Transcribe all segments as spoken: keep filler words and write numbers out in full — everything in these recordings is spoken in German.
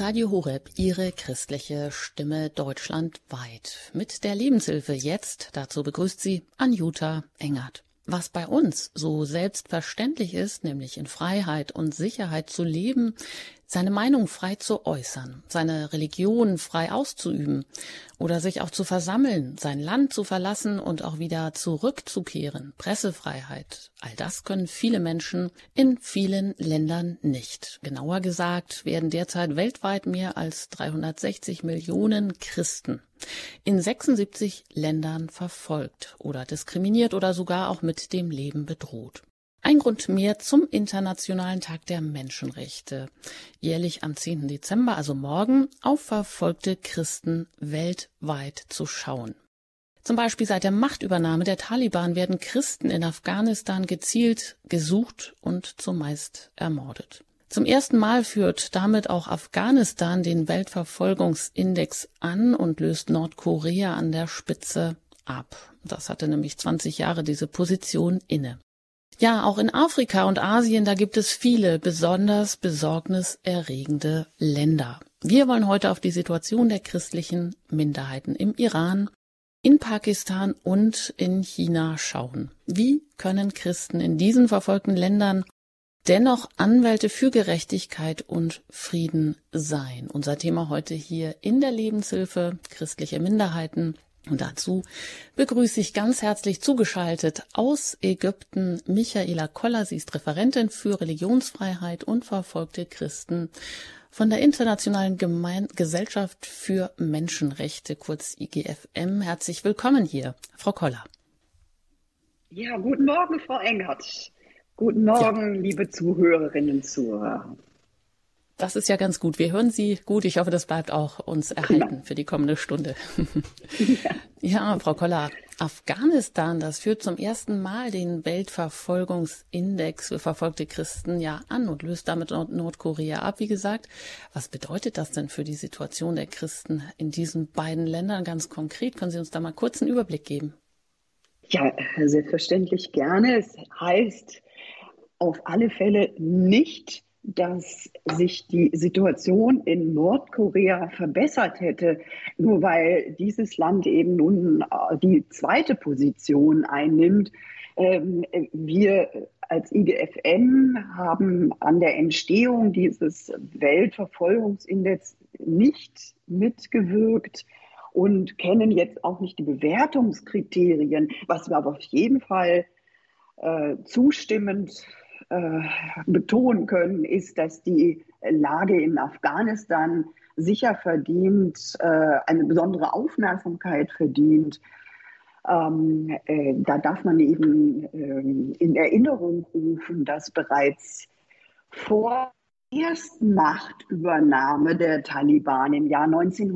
Radio Horeb, Ihre christliche Stimme deutschlandweit. Mit der Lebenshilfe jetzt, dazu begrüßt Sie Anjuta Engert. Was bei uns so selbstverständlich ist, nämlich in Freiheit und Sicherheit zu leben, seine Meinung frei zu äußern, seine Religion frei auszuüben oder sich auch zu versammeln, sein Land zu verlassen und auch wieder zurückzukehren, Pressefreiheit, all das können viele Menschen in vielen Ländern nicht. Genauer gesagt werden derzeit weltweit mehr als dreihundertsechzig Millionen Christen in sechsundsiebzig Ländern verfolgt oder diskriminiert oder sogar auch mit dem Leben bedroht. Ein Grund mehr zum Internationalen Tag der Menschenrechte, jährlich am zehnten Dezember, also morgen, auf verfolgte Christen weltweit zu schauen. Zum Beispiel seit der Machtübernahme der Taliban werden Christen in Afghanistan gezielt gesucht und zumeist ermordet. Zum ersten Mal führt damit auch Afghanistan den Weltverfolgungsindex an und löst Nordkorea an der Spitze ab. Das hatte nämlich zwanzig Jahre diese Position inne. Ja, auch in Afrika und Asien, da gibt es viele besonders besorgniserregende Länder. Wir wollen heute auf die Situation der christlichen Minderheiten im Iran, in Pakistan und in China schauen. Wie können Christen in diesen verfolgten Ländern dennoch Anwälte für Gerechtigkeit und Frieden sein? Unser Thema heute hier in der Lebenshilfe, christliche Minderheiten. Und dazu begrüße ich ganz herzlich zugeschaltet aus Ägypten Michaela Koller. Sie ist Referentin für Religionsfreiheit und verfolgte Christen von der Internationalen Gemein- Gesellschaft für Menschenrechte, kurz I G F M. Herzlich willkommen hier, Frau Koller. Ja, guten Morgen, Frau Engert. Guten Morgen, ja. Liebe Zuhörerinnen und Zuhörer. Das ist ja ganz gut. Wir hören Sie gut. Ich hoffe, das bleibt auch uns erhalten genau. für die kommende Stunde. Ja. Ja, Frau Koller, Afghanistan, das führt zum ersten Mal den Weltverfolgungsindex für verfolgte Christen ja an und löst damit Nordkorea ab, wie gesagt. Was bedeutet das denn für die Situation der Christen in diesen beiden Ländern ganz konkret? Können Sie uns da mal kurz einen Überblick geben? Ja, selbstverständlich gerne. Es heißt auf alle Fälle nicht, dass sich die Situation in Nordkorea verbessert hätte, nur weil dieses Land eben nun die zweite Position einnimmt. Wir als I G F M haben an der Entstehung dieses Weltverfolgungsindex nicht mitgewirkt und kennen jetzt auch nicht die Bewertungskriterien. Was wir aber auf jeden Fall äh, zustimmend äh, betonen können, ist, dass die Lage in Afghanistan sicher verdient, äh, eine besondere Aufmerksamkeit verdient. Ähm, äh, da darf man eben äh, in Erinnerung rufen, dass bereits vor der ersten Machtübernahme der Taliban im Jahr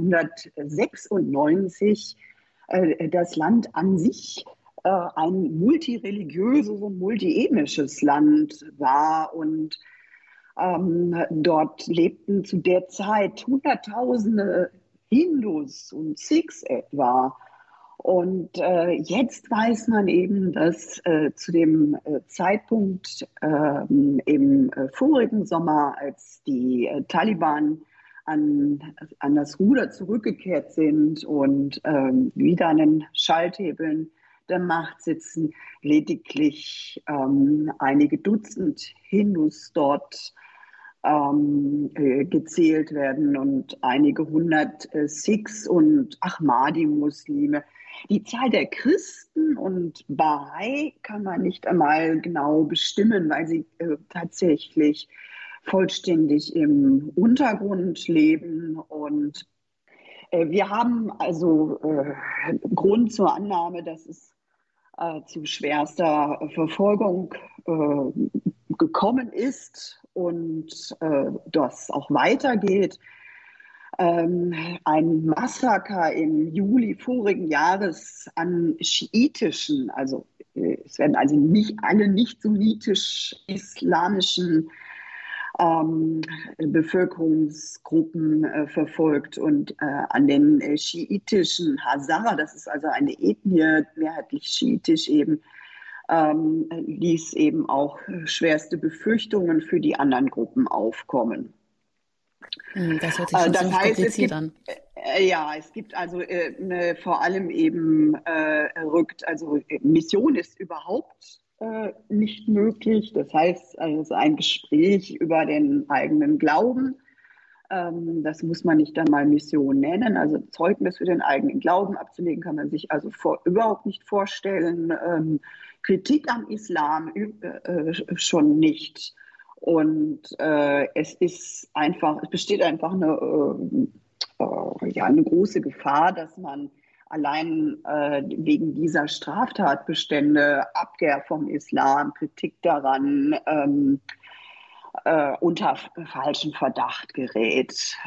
neunzehnhundertsechsundneunzig äh, das Land an sich äh, ein multireligiöses und multiethnisches Land war und ähm, dort lebten zu der Zeit Hunderttausende Hindus und Sikhs etwa. Und äh, jetzt weiß man eben, dass äh, zu dem äh, Zeitpunkt äh, im äh, vorigen Sommer, als die äh, Taliban an, an das Ruder zurückgekehrt sind und äh, wieder an den Schalthebeln der Macht sitzen, lediglich ähm, einige Dutzend Hindus dort ähm, äh, gezählt werden und einige hundert äh, Sikhs und Ahmadi-Muslime. Die Zahl der Christen und Bahai kann man nicht einmal genau bestimmen, weil sie äh, tatsächlich vollständig im Untergrund leben. Und äh, wir haben also äh, Grund zur Annahme, dass es äh, zu schwerster Verfolgung äh, gekommen ist und äh, das auch weitergeht. Ähm, ein Massaker im Juli vorigen Jahres an schiitischen, also äh, es werden also nicht alle nicht sunnitisch-islamischen ähm, Bevölkerungsgruppen äh, verfolgt und äh, an den äh, schiitischen Hazara, das ist also eine Ethnie, mehrheitlich schiitisch eben, ähm, ließ eben auch schwerste Befürchtungen für die anderen Gruppen aufkommen. Das hört sich schon Das ziemlich heißt, es kompliziert gibt, an. äh, ja, es gibt also äh, ne, vor allem eben äh, rückt, also äh, Mission ist überhaupt äh, nicht möglich. Das heißt, also ein Gespräch über den eigenen Glauben, ähm, das muss man nicht einmal Mission nennen. Also Zeugnis für den eigenen Glauben abzulegen, kann man sich also vor, überhaupt nicht vorstellen. Ähm, Kritik am Islam äh, schon nicht. Und äh, es ist einfach, es besteht einfach eine, äh, äh, ja, eine große Gefahr, dass man allein äh, wegen dieser Straftatbestände, Abkehr vom Islam, Kritik daran, ähm, äh, unter falschen Verdacht gerät.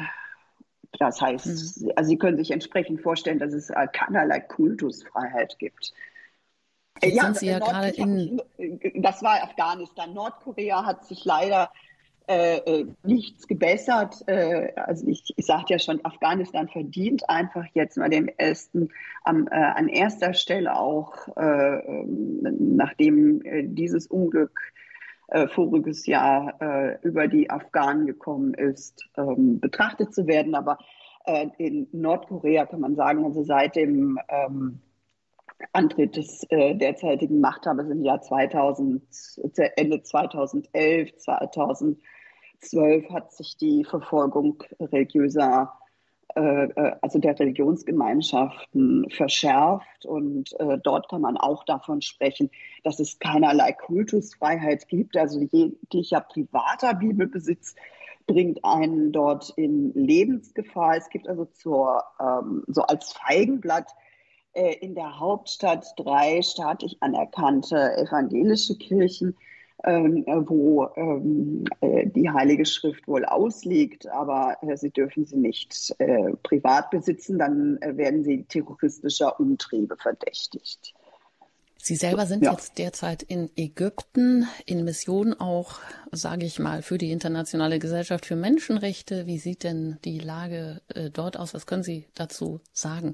Das Hm. heißt, also Sie können sich entsprechend vorstellen, dass es äh, keinerlei Kultusfreiheit gibt. Äh, Jetzt Ja, sind Sie ja Nord, gerade ich hab, in, das war Afghanistan. Nordkorea hat sich leider äh, äh, nichts gebessert. Äh, also ich, ich sagte ja schon, Afghanistan verdient einfach jetzt mal den ersten, am, äh, an erster Stelle auch, äh, nachdem äh, dieses Unglück äh, voriges Jahr äh, über die Afghanen gekommen ist, ähm, betrachtet zu werden. Aber äh, in Nordkorea kann man sagen, also seit dem ähm, Antritt des äh, derzeitigen Machthabers im Jahr zweitausend, Ende zweitausendelf, zweitausendzwölf hat sich die Verfolgung religiöser, äh, also der Religionsgemeinschaften verschärft. Und äh, dort kann man auch davon sprechen, dass es keinerlei Kultusfreiheit gibt. Also jeglicher privater Bibelbesitz bringt einen dort in Lebensgefahr. Es gibt also zur, ähm, so als Feigenblatt in der Hauptstadt drei staatlich anerkannte evangelische Kirchen, ähm, wo ähm, die Heilige Schrift wohl ausliegt, aber äh, sie dürfen sie nicht äh, privat besitzen, dann äh, werden sie terroristischer Umtriebe verdächtigt. Sie selber sind Ja. jetzt derzeit in Ägypten, in Mission auch, sage ich mal, für die Internationale Gesellschaft für Menschenrechte. Wie sieht denn die Lage äh, dort aus? Was können Sie dazu sagen?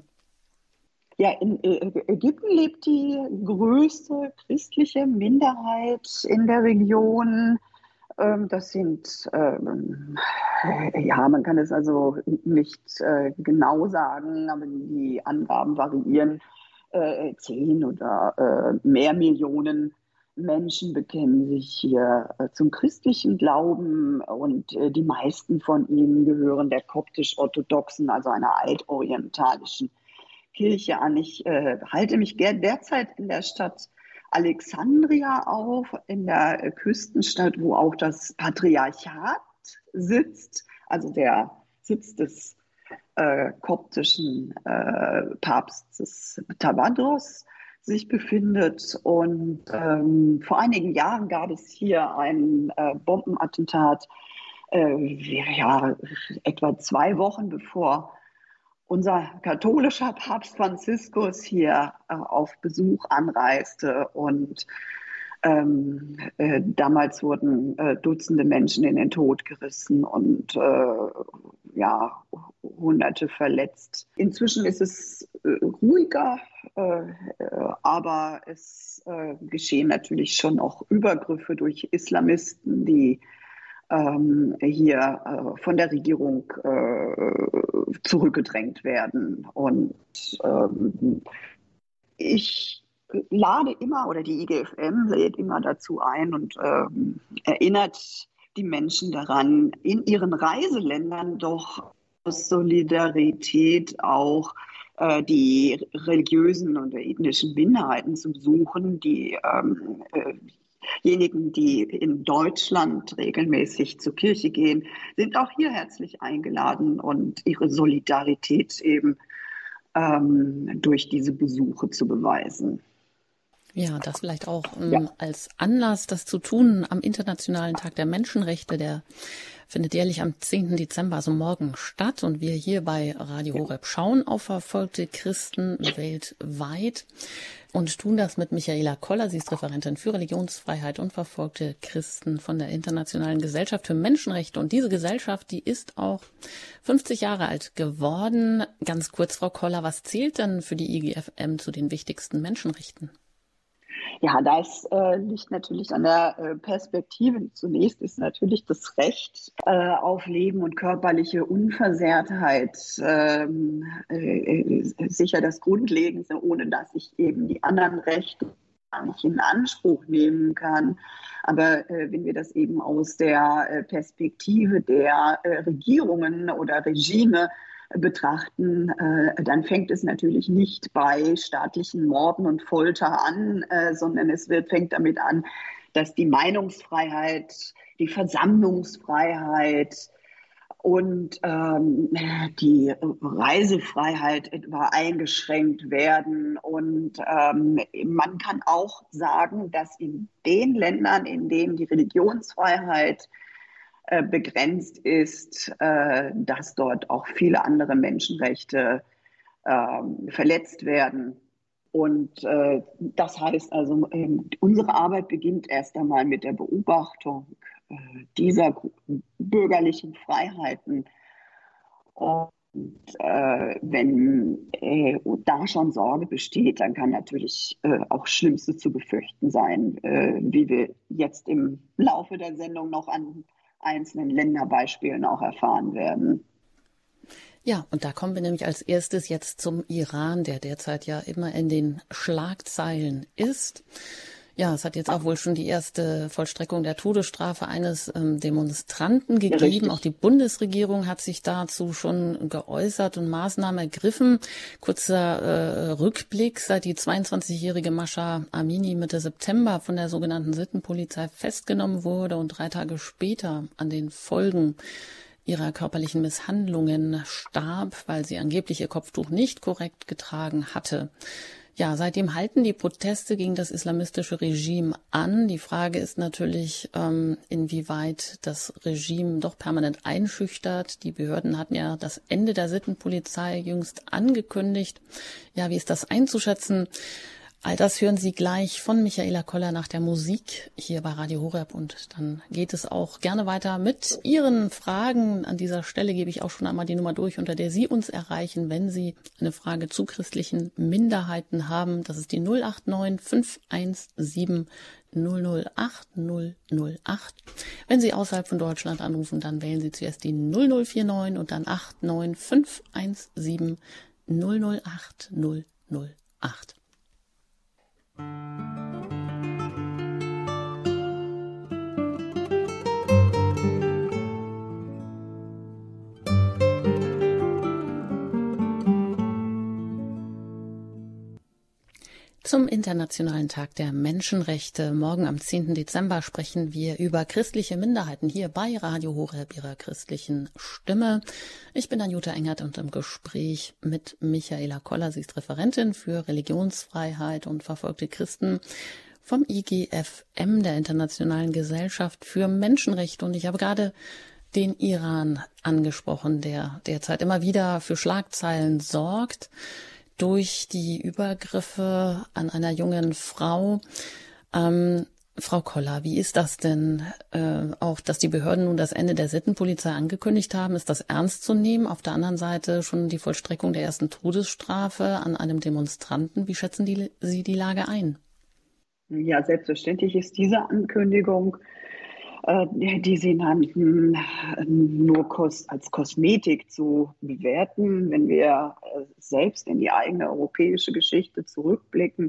Ja, in Ägypten lebt die größte christliche Minderheit in der Region. Das sind, ähm, ja, man kann es also nicht äh, genau sagen, aber die Angaben variieren. Äh, zehn oder äh, mehr Millionen Menschen bekennen sich hier äh, zum christlichen Glauben und äh, die meisten von ihnen gehören der koptisch-orthodoxen, also einer altorientalischen Kirche an. Ich äh, halte mich gern derzeit in der Stadt Alexandria auf, in der äh, Küstenstadt, wo auch das Patriarchat sitzt, also der Sitz des äh, koptischen äh, Papstes Tawadros sich befindet. Und ähm, vor einigen Jahren gab es hier ein äh, Bombenattentat, äh, ja, etwa zwei Wochen bevor unser katholischer Papst Franziskus hier äh, auf Besuch anreiste. Und ähm, äh, damals wurden äh, Dutzende Menschen in den Tod gerissen und äh, ja, Hunderte verletzt. Inzwischen ist es äh, ruhiger, äh, aber es äh, geschehen natürlich schon auch Übergriffe durch Islamisten, die ähm, hier äh, von der Regierung äh, zurückgedrängt werden. Und ähm, ich lade immer, oder die I G F M lädt immer dazu ein und ähm, erinnert die Menschen daran, in ihren Reiseländern doch aus Solidarität auch äh, die religiösen und ethnischen Minderheiten zu besuchen, die ähm, äh, Diejenigen, die in Deutschland regelmäßig zur Kirche gehen, sind auch hier herzlich eingeladen und ihre Solidarität eben ähm, durch diese Besuche zu beweisen. Ja, das vielleicht auch Ja. ähm, als Anlass, das zu tun am Internationalen Tag der Menschenrechte, der findet jährlich am zehnten Dezember, also morgen, statt. Und wir hier bei Radio Horeb schauen auf verfolgte Christen weltweit und tun das mit Michaela Koller. Sie ist Referentin für Religionsfreiheit und verfolgte Christen von der Internationalen Gesellschaft für Menschenrechte. Und diese Gesellschaft, die ist auch fünfzig Jahre alt geworden. Ganz kurz, Frau Koller, was zählt denn für die I G F M zu den wichtigsten Menschenrechten? Ja, das äh, liegt natürlich an der äh, Perspektive. Zunächst ist natürlich das Recht äh, auf Leben und körperliche Unversehrtheit ähm, äh, sicher das Grundlegendste, ohne dass ich eben die anderen Rechte gar nicht in Anspruch nehmen kann. Aber äh, wenn wir das eben aus der äh, Perspektive der äh, Regierungen oder Regime betrachten, äh, dann fängt es natürlich nicht bei staatlichen Morden und Folter an, äh, sondern es wird, fängt damit an, dass die Meinungsfreiheit, die Versammlungsfreiheit und ähm, die Reisefreiheit etwa eingeschränkt werden. Und ähm, man kann auch sagen, dass in den Ländern, in denen die Religionsfreiheit äh, begrenzt ist, äh, dass dort auch viele andere Menschenrechte äh, verletzt werden. Und äh, das heißt also, äh, unsere Arbeit beginnt erst einmal mit der Beobachtung äh, dieser bürgerlichen Freiheiten. Und äh, wenn äh, da schon Sorge besteht, dann kann natürlich äh, auch Schlimmstes zu befürchten sein, äh, wie wir jetzt im Laufe der Sendung noch an einzelnen Länderbeispielen auch erfahren werden. Ja, und da kommen wir nämlich als erstes jetzt zum Iran, der derzeit ja immer in den Schlagzeilen ist. Ja, es hat jetzt auch wohl schon die erste Vollstreckung der Todesstrafe eines ähm, Demonstranten gegeben. Ja, auch die Bundesregierung hat sich dazu schon geäußert und Maßnahmen ergriffen. Kurzer äh, Rückblick: Seit die zweiundzwanzigjährige Mascha Amini Mitte September von der sogenannten Sittenpolizei festgenommen wurde und drei Tage später an den Folgen ihrer körperlichen Misshandlungen starb, weil sie angeblich ihr Kopftuch nicht korrekt getragen hatte. Ja, seitdem halten die Proteste gegen das islamistische Regime an. Die Frage ist natürlich, ähm, inwieweit das Regime doch permanent einschüchtert. Die Behörden hatten ja das Ende der Sittenpolizei jüngst angekündigt. Ja, wie ist das einzuschätzen? All das hören Sie gleich von Michaela Koller nach der Musik hier bei Radio Horeb, und dann geht es auch gerne weiter mit Ihren Fragen. An dieser Stelle gebe ich auch schon einmal die Nummer durch, unter der Sie uns erreichen, wenn Sie eine Frage zu christlichen Minderheiten haben. Das ist die null acht neun fünf eins sieben null null acht null null acht. Wenn Sie außerhalb von Deutschland anrufen, dann wählen Sie zuerst die null null vier neun und dann acht neun fünf eins sieben null null acht null null acht. Zum Internationalen Tag der Menschenrechte. Morgen am zehnten Dezember sprechen wir über christliche Minderheiten hier bei Radio Horeb, Ihrer christlichen Stimme. Ich bin Anjuta Engert und im Gespräch mit Michaela Koller. Sie ist Referentin für Religionsfreiheit und verfolgte Christen vom I G F M, der Internationalen Gesellschaft für Menschenrechte. Und ich habe gerade den Iran angesprochen, der derzeit immer wieder für Schlagzeilen sorgt durch die Übergriffe an einer jungen Frau. Ähm, Frau Koller, wie ist das denn äh, auch, dass die Behörden nun das Ende der Sittenpolizei angekündigt haben? Ist das ernst zu nehmen? Auf der anderen Seite schon die Vollstreckung der ersten Todesstrafe an einem Demonstranten. Wie schätzen die, Sie die Lage ein? Ja, selbstverständlich ist diese Ankündigung, äh, die Sie nannten, nur kos- als Kosmetik zu bewerten. Wenn wir äh, selbst in die eigene europäische Geschichte zurückblicken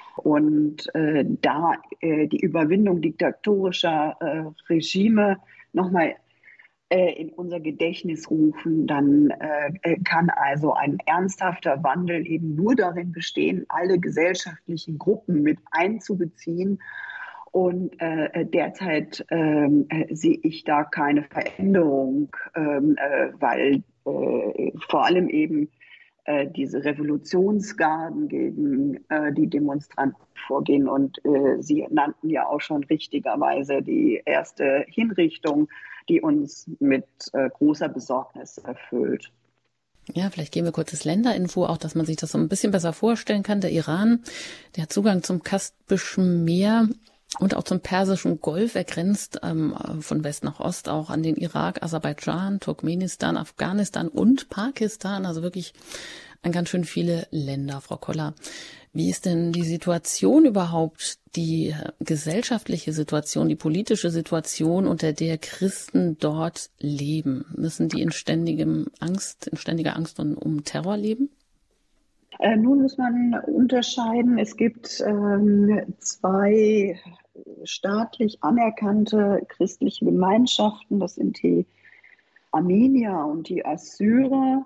und äh, da äh, die Überwindung diktatorischer äh, Regime nochmal äh, in unser Gedächtnis rufen, dann äh, kann also ein ernsthafter Wandel eben nur darin bestehen, alle gesellschaftlichen Gruppen mit einzubeziehen. Und äh, derzeit ähm, äh, sehe ich da keine Veränderung, ähm, äh, weil äh, vor allem eben äh, diese Revolutionsgarden gegen äh, die Demonstranten vorgehen. Und äh, Sie nannten ja auch schon richtigerweise die erste Hinrichtung, die uns mit äh, großer Besorgnis erfüllt. Ja, vielleicht geben wir kurz das Länderinfo, auch dass man sich das so ein bisschen besser vorstellen kann. Der Iran, der hat Zugang zum Kaspischen Meer und auch zum Persischen Golf. Er grenzt ähm, von West nach Ost auch an den Irak, Aserbaidschan, Turkmenistan, Afghanistan und Pakistan. Also wirklich an ganz schön viele Länder, Frau Koller. Wie ist denn die Situation überhaupt, die gesellschaftliche Situation, die politische Situation, unter der Christen dort leben? Müssen die in ständigem Angst, in ständiger Angst um, um Terror leben? Äh, nun muss man unterscheiden. Es gibt ähm, zwei staatlich anerkannte christliche Gemeinschaften. Das sind die Armenier und die Assyrer.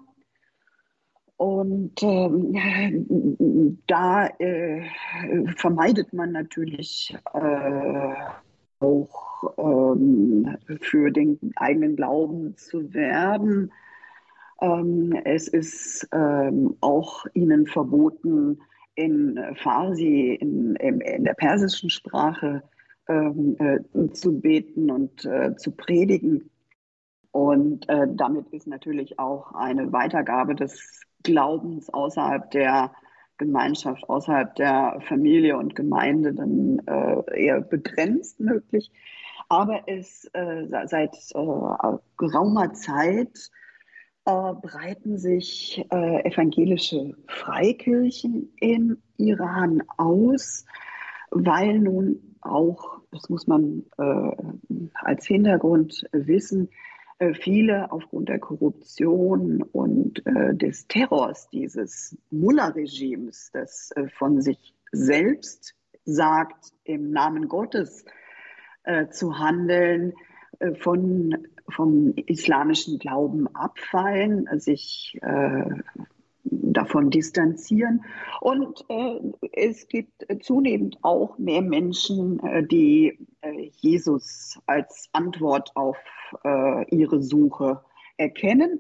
Und ähm, da äh, vermeidet man natürlich äh, auch ähm, für den eigenen Glauben zu werben. Ähm, es ist ähm, auch ihnen verboten, in Farsi, in, in, in der persischen Sprache ähm, äh, zu beten und äh, zu predigen. Und äh, damit ist natürlich auch eine Weitergabe des Glaubens außerhalb der Gemeinschaft, außerhalb der Familie und Gemeinde dann äh, eher begrenzt möglich. Aber es äh, seit äh, geraumer Zeit äh, breiten sich äh, evangelische Freikirchen im Iran aus, weil nun auch, das muss man äh, als Hintergrund wissen, äh, viele aufgrund der Korruption und äh, des Terrors dieses Mullah-Regimes, das äh, von sich selbst sagt, im Namen Gottes äh, zu handeln, äh, von, vom islamischen Glauben abfallen, sich äh, davon distanzieren. Und äh, es gibt zunehmend auch mehr Menschen, äh, die äh, Jesus als Antwort auf äh, ihre Suche erkennen.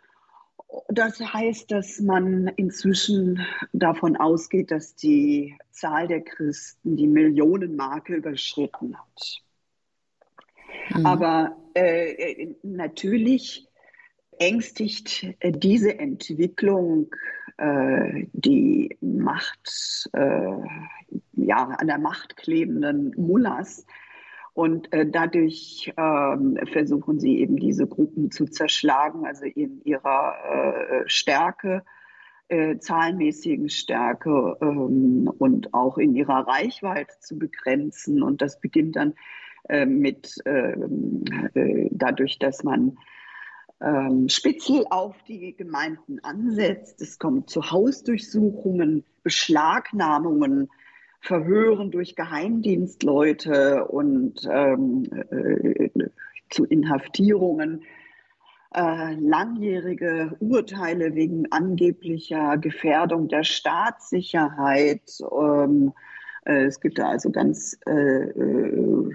Das heißt, dass man inzwischen davon ausgeht, dass die Zahl der Christen die Millionenmarke überschritten hat. Mhm. Aber äh, natürlich ängstigt äh, diese Entwicklung äh, die Macht, äh, ja, an der Macht klebenden Mullahs. Und äh, dadurch ähm, versuchen sie eben diese Gruppen zu zerschlagen, also in ihrer äh, Stärke, äh, zahlenmäßigen Stärke ähm, und auch in ihrer Reichweite zu begrenzen. Und das beginnt dann äh, mit äh, äh, dadurch, dass man ähm, speziell auf die Gemeinden ansetzt. Es kommt zu Hausdurchsuchungen, Beschlagnahmungen, Verhören durch Geheimdienstleute und ähm, äh, zu Inhaftierungen, äh, langjährige Urteile wegen angeblicher Gefährdung der Staatssicherheit. Ähm, äh, es gibt da also ganz äh, äh,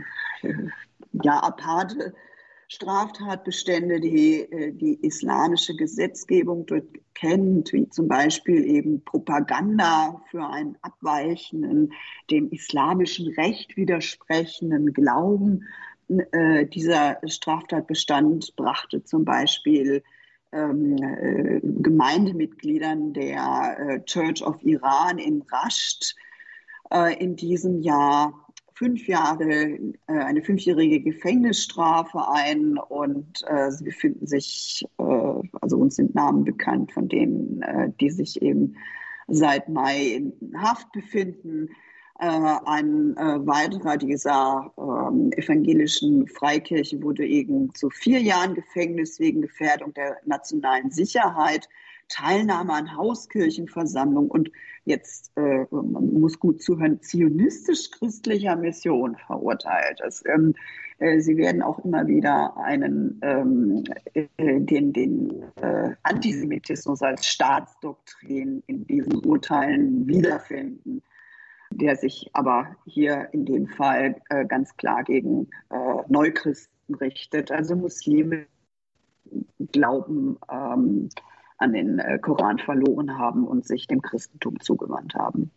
ja, aparte Straftatbestände, die die islamische Gesetzgebung kennt, wie zum Beispiel eben Propaganda für einen abweichenden, dem islamischen Recht widersprechenden Glauben. Äh, dieser Straftatbestand brachte zum Beispiel ähm, äh, Gemeindemitgliedern der äh, Church of Iran in Rasht äh, in diesem Jahr fünf Jahre, äh, eine fünfjährige Gefängnisstrafe ein und äh, sie befinden sich, äh, also uns sind Namen bekannt von denen, äh, die sich eben seit Mai in Haft befinden. Äh, ein äh, weiterer dieser äh, evangelischen Freikirche wurde eben zu vier Jahren Gefängnis wegen Gefährdung der nationalen Sicherheit, Teilnahme an Hauskirchenversammlungen und jetzt, äh, man muss gut zuhören, zionistisch-christlicher Mission verurteilt. Das, ähm, äh, sie werden auch immer wieder einen, ähm, äh, den, den äh, Antisemitismus als Staatsdoktrin in diesen Urteilen wiederfinden, der sich aber hier in dem Fall äh, ganz klar gegen äh, Neuchristen richtet, also Muslime glauben, ähm, an den Koran verloren haben und sich dem Christentum zugewandt haben.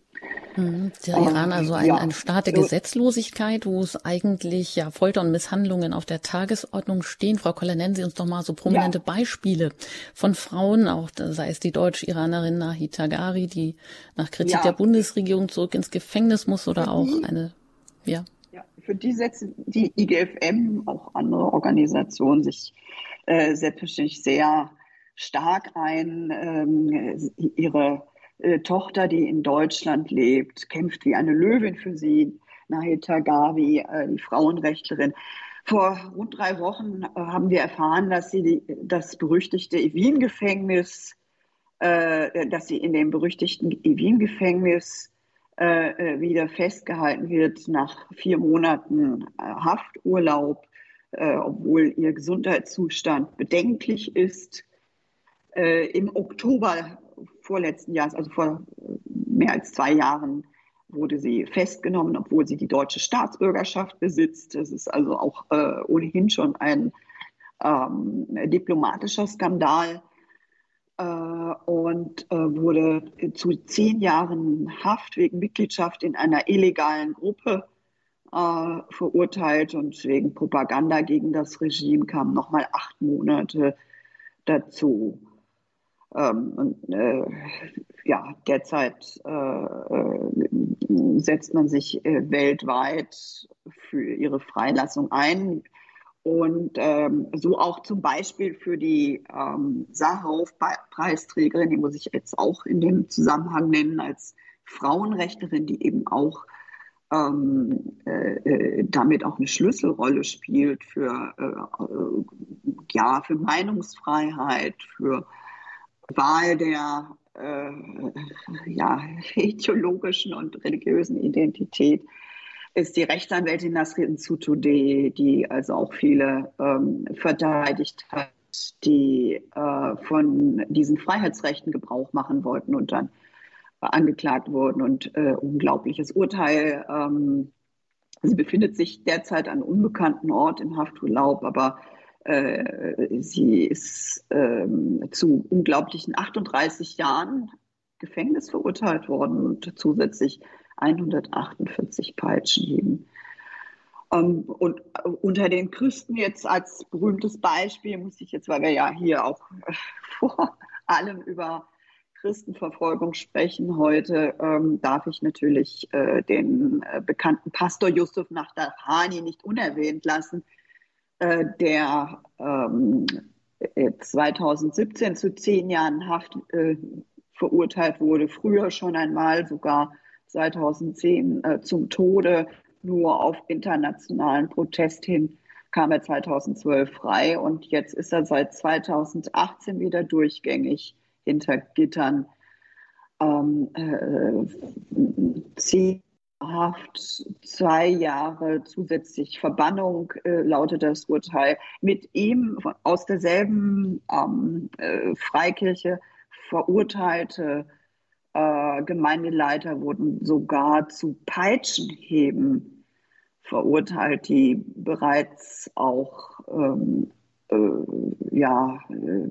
Der Iran also ein, ja. ein Staat der Gesetzlosigkeit, wo es eigentlich ja Folter und Misshandlungen auf der Tagesordnung stehen. Frau Koller, nennen Sie uns doch mal so prominente ja. Beispiele von Frauen, auch sei es die Deutsch-Iranerin Nahid Targari, die nach Kritik ja. der Bundesregierung zurück ins Gefängnis muss, oder auch eine, ja. ja. Für die setzen die I G F M, auch andere Organisationen, sich äh, selbstverständlich sehr stark ein. Ähm, ihre äh, Tochter, die in Deutschland lebt, kämpft wie eine Löwin für sie. Nahid Targawi, äh, die Frauenrechtlerin. Vor rund drei Wochen äh, haben wir erfahren, dass sie die, das berüchtigte Evin-Gefängnis, äh, dass sie in dem berüchtigten Evin-Gefängnis äh, wieder festgehalten wird nach vier Monaten äh, Hafturlaub, äh, obwohl ihr Gesundheitszustand bedenklich ist. Äh, Im Oktober vorletzten Jahres, also vor mehr als zwei Jahren, wurde sie festgenommen, obwohl sie die deutsche Staatsbürgerschaft besitzt. Das ist also auch äh, ohnehin schon ein ähm, diplomatischer Skandal. Äh, und äh, wurde zu zehn Jahren Haft wegen Mitgliedschaft in einer illegalen Gruppe äh, verurteilt, und wegen Propaganda gegen das Regime kamen nochmal acht Monate dazu. Ähm, und, äh, ja, derzeit äh, äh, setzt man sich äh, weltweit für ihre Freilassung ein. Und ähm, so auch zum Beispiel für die ähm, Sacharow-Preisträgerin, die muss ich jetzt auch in dem Zusammenhang nennen, als Frauenrechtlerin, die eben auch ähm, äh, damit auch eine Schlüsselrolle spielt für, äh, äh, ja, für Meinungsfreiheit, für Wahl der äh, ja, ideologischen und religiösen Identität, ist die Rechtsanwältin Nasrin Sotoudeh, die also auch viele ähm, verteidigt hat, die äh, von diesen Freiheitsrechten Gebrauch machen wollten und dann äh, angeklagt wurden, und äh, unglaubliches Urteil. Ähm, sie befindet sich derzeit an einem unbekannten Ort im Hafturlaub, aber äh, sie ist äh, zu unglaublichen achtunddreißig Jahren Gefängnis verurteilt worden und zusätzlich hundertachtundvierzig Peitschenhieben. Um, und uh, unter den Christen jetzt als berühmtes Beispiel muss ich jetzt, weil wir ja hier auch äh, vor allem über Christenverfolgung sprechen heute, ähm, darf ich natürlich äh, den äh, bekannten Pastor Yusuf Nahdafani nicht unerwähnt lassen, äh, der ähm, zweitausendsiebzehn zu zehn Jahren Haft äh, verurteilt wurde, früher schon einmal, sogar zweitausendzehn äh, zum Tode. Nur auf internationalen Protest hin kam er zweitausendzwölf frei, und jetzt ist er seit zweitausendachtzehn wieder durchgängig hinter Gittern. Ähm, äh, zehn Haft, zwei Jahre zusätzlich Verbannung äh, lautet das Urteil. Mit ihm aus derselben ähm, äh, Freikirche verurteilte äh, Gemeindeleiter wurden sogar zu Peitschenhieben verurteilt, die bereits auch ähm, äh, ja, äh,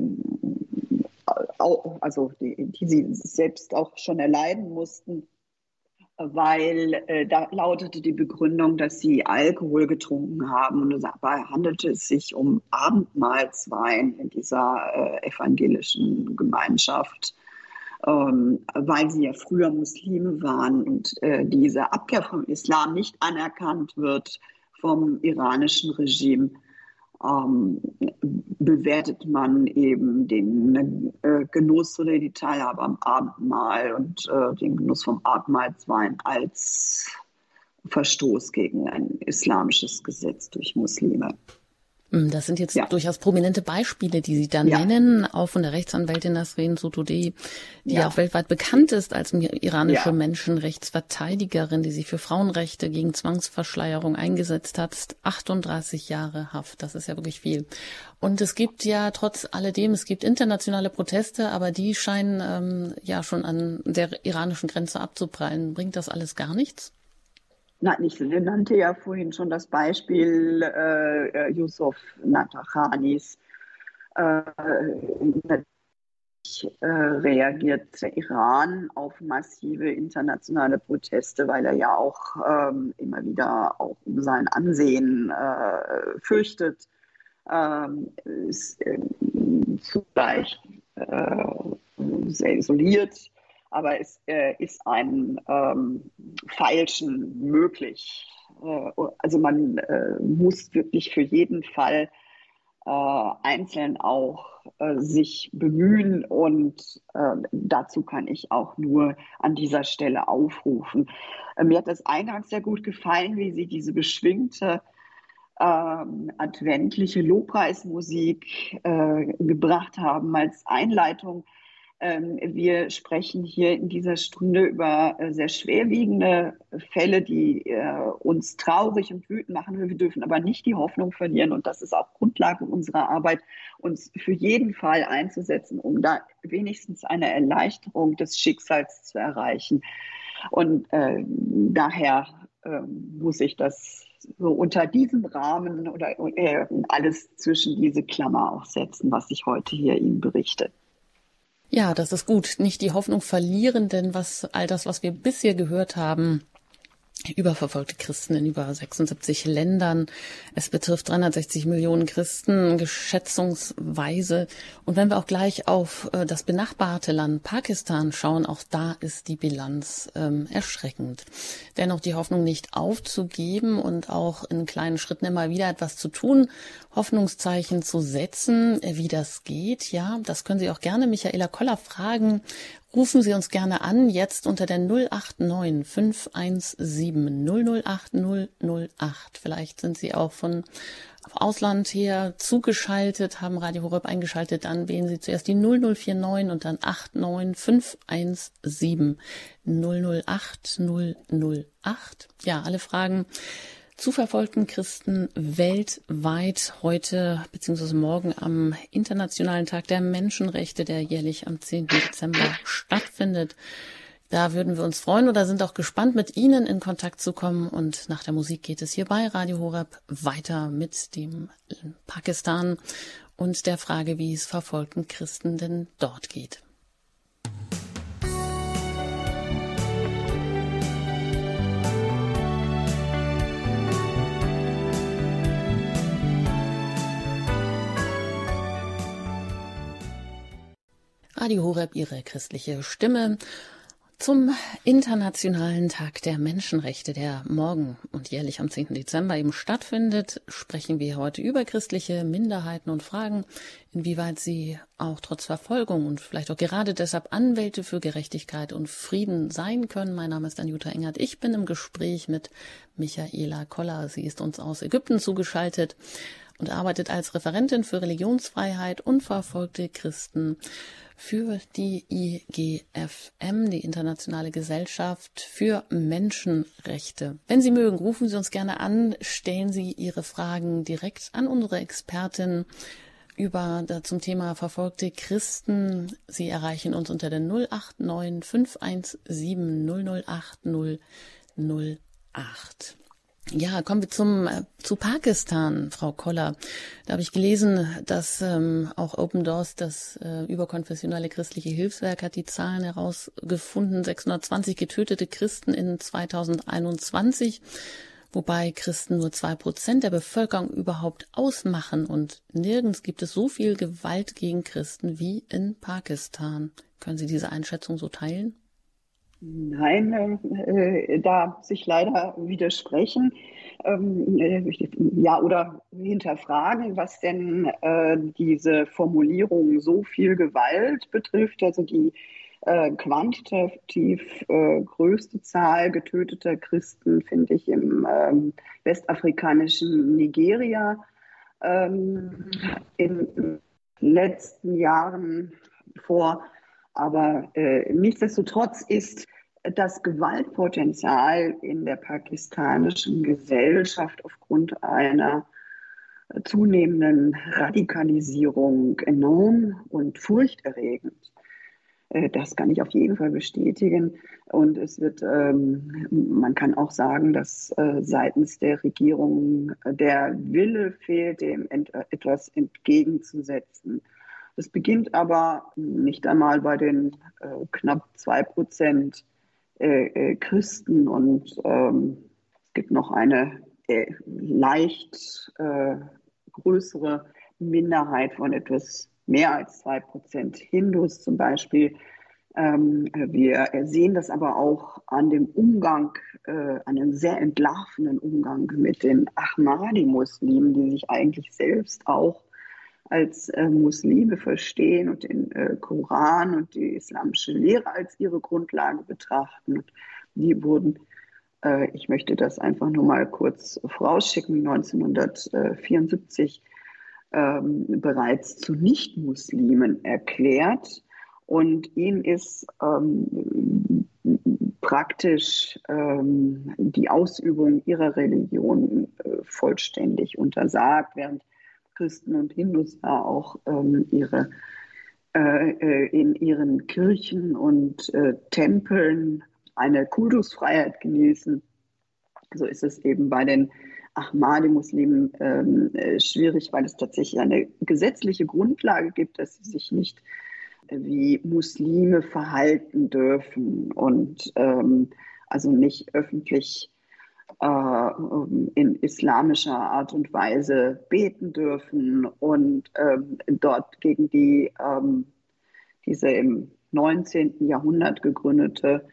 also die, die sie selbst auch schon erleiden mussten, weil äh, da lautete die Begründung, dass sie Alkohol getrunken haben, und dabei handelte es sich um Abendmahlswein in dieser äh, evangelischen Gemeinschaft, ähm, weil sie ja früher Muslime waren und äh, diese Abkehr vom Islam nicht anerkannt wird vom iranischen Regime. Ähm, bewertet man eben den äh, Genuss oder die Teilhabe am Abendmahl und äh, den Genuss vom Abendmahlswein als Verstoß gegen ein islamisches Gesetz durch Muslime. Das sind jetzt Ja. durchaus prominente Beispiele, die Sie da Ja. nennen, auch von der Rechtsanwältin Nasrin Sotoudeh, die Ja. auch weltweit bekannt ist als iranische Ja. Menschenrechtsverteidigerin, die sich für Frauenrechte gegen Zwangsverschleierung eingesetzt hat. achtunddreißig Jahre Haft, das ist ja wirklich viel. Und es gibt ja trotz alledem, es gibt internationale Proteste, aber die scheinen ähm, ja schon an der iranischen Grenze abzuprallen. Bringt das alles gar nichts? Nein, ich nannte ja vorhin schon das Beispiel äh, Yusuf Nahdafani's. Äh, äh, reagiert der Iran auf massive internationale Proteste, weil er ja auch ähm, immer wieder auch um sein Ansehen äh, fürchtet, ähm, ist äh, zugleich äh, sehr isoliert, aber es äh, ist ein ähm, Feilschen möglich. Äh, also man äh, muss wirklich für jeden Fall äh, einzeln auch äh, sich bemühen. Und äh, dazu kann ich auch nur an dieser Stelle aufrufen. Äh, mir hat das eingangs sehr gut gefallen, wie Sie diese beschwingte ähm, adventliche Lobpreismusik äh, gebracht haben als Einleitung. Ähm, wir sprechen hier in dieser Stunde über äh, sehr schwerwiegende Fälle, die äh, uns traurig und wütend machen. Wir dürfen aber nicht die Hoffnung verlieren. Und das ist auch Grundlage unserer Arbeit, uns für jeden Fall einzusetzen, um da wenigstens eine Erleichterung des Schicksals zu erreichen. Und äh, daher äh, muss ich das so unter diesem Rahmen oder äh, alles zwischen diese Klammer auch setzen, was ich heute hier Ihnen berichte. Ja, das ist gut. Nicht die Hoffnung verlieren, denn was all das, was wir bisher gehört haben, über verfolgte Christen in über sechsundsiebzig Ländern. Es betrifft dreihundertsechzig Millionen Christen, geschätzungsweise. Und wenn wir auch gleich auf äh, das benachbarte Land Pakistan schauen, auch da ist die Bilanz ähm, erschreckend. Dennoch die Hoffnung nicht aufzugeben und auch in kleinen Schritten immer wieder etwas zu tun, Hoffnungszeichen zu setzen, wie das geht. Ja, das können Sie auch gerne Michaela Koller fragen. Rufen Sie uns gerne an, jetzt unter der null acht neun fünf eins sieben null null acht null null acht. Vielleicht sind Sie auch von Ausland her zugeschaltet, haben Radio Horeb eingeschaltet, dann wählen Sie zuerst die null null vier neun und dann acht neun fünf eins sieben null null acht null null acht. Ja, alle Fragen zu verfolgten Christen weltweit heute bzw. morgen am Internationalen Tag der Menschenrechte, der jährlich am zehnten Dezember stattfindet. Da würden wir uns freuen oder sind auch gespannt, mit Ihnen in Kontakt zu kommen. Und nach der Musik geht es hier bei Radio Horeb weiter mit dem Pakistan und der Frage, wie es verfolgten Christen denn dort geht. Radio Horeb, Ihre christliche Stimme zum Internationalen Tag der Menschenrechte, der morgen und jährlich am zehnten Dezember eben stattfindet, sprechen wir heute über christliche Minderheiten und fragen, inwieweit sie auch trotz Verfolgung und vielleicht auch gerade deshalb Anwälte für Gerechtigkeit und Frieden sein können. Mein Name ist Anjuta Engert. Ich bin im Gespräch mit Michaela Koller. Sie ist uns aus Ägypten zugeschaltet und arbeitet als Referentin für Religionsfreiheit und verfolgte Christen für die I G F M, die Internationale Gesellschaft für Menschenrechte. Wenn Sie mögen, rufen Sie uns gerne an, stellen Sie Ihre Fragen direkt an unsere Expertin über zum Thema verfolgte Christen. Sie erreichen uns unter der null acht neun fünf eins sieben null null acht null null acht. Ja, kommen wir zum äh, zu Pakistan, Frau Koller. Da habe ich gelesen, dass ähm, auch Open Doors, das äh, überkonfessionelle christliche Hilfswerk, hat die Zahlen herausgefunden, sechshundertzwanzig getötete Christen in zweitausendeinundzwanzig, wobei Christen nur zwei Prozent der Bevölkerung überhaupt ausmachen. Und nirgends gibt es so viel Gewalt gegen Christen wie in Pakistan. Können Sie diese Einschätzung so teilen? Nein, äh, da muss ich leider widersprechen. Ähm, äh, ja, oder hinterfragen, was denn äh, diese Formulierung so viel Gewalt betrifft. Also die äh, quantitativ äh, größte Zahl getöteter Christen finde ich im ähm, westafrikanischen Nigeria ähm, in den letzten Jahren vor. Aber äh, nichtsdestotrotz ist das Gewaltpotenzial in der pakistanischen Gesellschaft aufgrund einer zunehmenden Radikalisierung enorm und furchterregend. Äh, das kann ich auf jeden Fall bestätigen. Und es wird, ähm, man kann auch sagen, dass äh, seitens der Regierung der Wille fehlt, dem ent- etwas entgegenzusetzen. Das beginnt aber nicht einmal bei den äh, knapp zwei Prozent äh, äh, Christen und ähm, es gibt noch eine äh, leicht äh, größere Minderheit von etwas mehr als zwei Prozent Hindus zum Beispiel. Ähm, wir sehen das aber auch an dem Umgang, äh, an einem sehr entlarvenden Umgang mit den Ahmadi-Muslimen, die sich eigentlich selbst auch als äh, Muslime verstehen und den äh, Koran und die islamische Lehre als ihre Grundlage betrachten. Und die wurden, äh, ich möchte das einfach nur mal kurz vorausschicken, neunzehnhundertvierundsiebzig ähm, bereits zu Nichtmuslimen erklärt. Und ihnen ist ähm, praktisch ähm, die Ausübung ihrer Religion äh, vollständig untersagt, während Christen und Hindus da auch ähm, ihre, äh, in ihren Kirchen und äh, Tempeln eine Kultusfreiheit genießen. So ist es eben bei den Ahmadi-Muslimen ähm, äh, schwierig, weil es tatsächlich eine gesetzliche Grundlage gibt, dass sie sich nicht wie Muslime verhalten dürfen und ähm, also nicht öffentlich äh, in islamischer Art und Weise beten dürfen und ähm, dort gegen die ähm, diese im neunzehnten Jahrhundert gegründete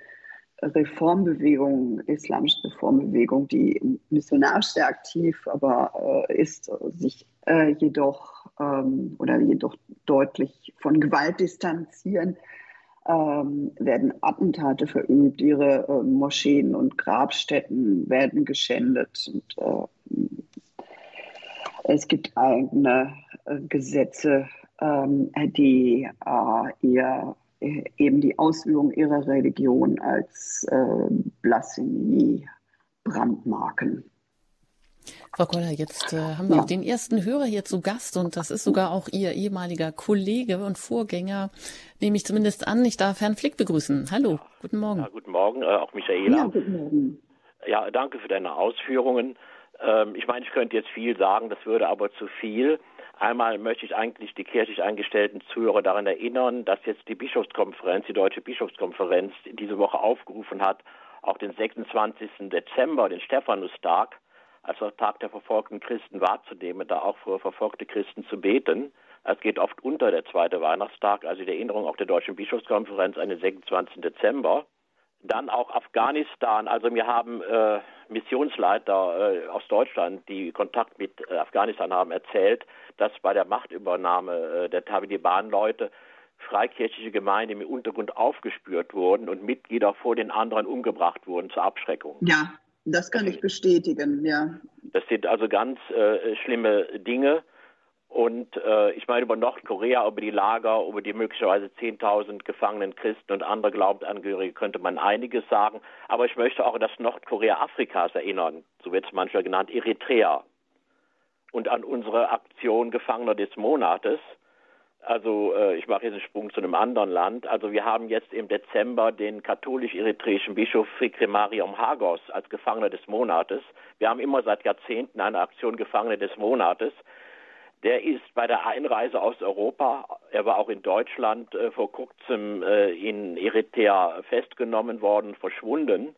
Reformbewegung, islamische Reformbewegung, die missionarisch sehr aktiv, aber äh, ist sich äh, jedoch ähm, oder jedoch deutlich von Gewalt distanzieren, ähm, werden Attentate verübt, ihre äh, Moscheen und Grabstätten werden geschändet und äh, es gibt eigene äh, Gesetze, ähm, die äh, ihr eben die Ausübung ihrer Religion als äh, Blasphemie brandmarken. Frau Koller, jetzt äh, haben wir Ja. auch den ersten Hörer hier zu Gast und das ist sogar auch Ihr ehemaliger Kollege und Vorgänger, nehme ich zumindest an. Ich darf Herrn Flick begrüßen. Hallo, ja. Guten Morgen. Ja, guten Morgen, äh, auch Michaela. Ja, guten Morgen. Ja, danke für deine Ausführungen. Ähm, ich meine, ich könnte jetzt viel sagen, das würde aber zu viel. Einmal möchte ich eigentlich die kirchlich eingestellten Zuhörer daran erinnern, dass jetzt die Bischofskonferenz, die Deutsche Bischofskonferenz, diese Woche aufgerufen hat, auch den sechsundzwanzigsten Dezember, den Stephanustag, als Tag der verfolgten Christen wahrzunehmen, da auch für verfolgte Christen zu beten. Es geht oft unter der zweite Weihnachtstag, also die Erinnerung auch der Deutschen Bischofskonferenz an den sechsundzwanzigsten Dezember. Dann auch Afghanistan. Also wir haben äh, Missionsleiter äh, aus Deutschland, die Kontakt mit äh, Afghanistan haben, erzählt, dass bei der Machtübernahme äh, der Taliban-Leute freikirchliche Gemeinden im Untergrund aufgespürt wurden und Mitglieder vor den anderen umgebracht wurden zur Abschreckung. Ja, das kann ich bestätigen, ja. Das sind also ganz äh, schlimme Dinge. Und äh, ich meine, über Nordkorea, über die Lager, über die möglicherweise zehntausend gefangenen Christen und andere Glaubensangehörige könnte man einiges sagen. Aber ich möchte auch an das Nordkorea Afrikas erinnern, so wird es manchmal genannt, Eritrea. Und an unsere Aktion Gefangener des Monates. Also äh, ich mache jetzt einen Sprung zu einem anderen Land. Also wir haben jetzt im Dezember den katholisch-eritreischen Bischof Fikri Mariam Hagos als Gefangener des Monates. Wir haben immer seit Jahrzehnten eine Aktion Gefangene des Monates. Der ist bei der Einreise aus Europa, er war auch in Deutschland äh, vor kurzem äh, in Eritrea festgenommen worden, verschwunden.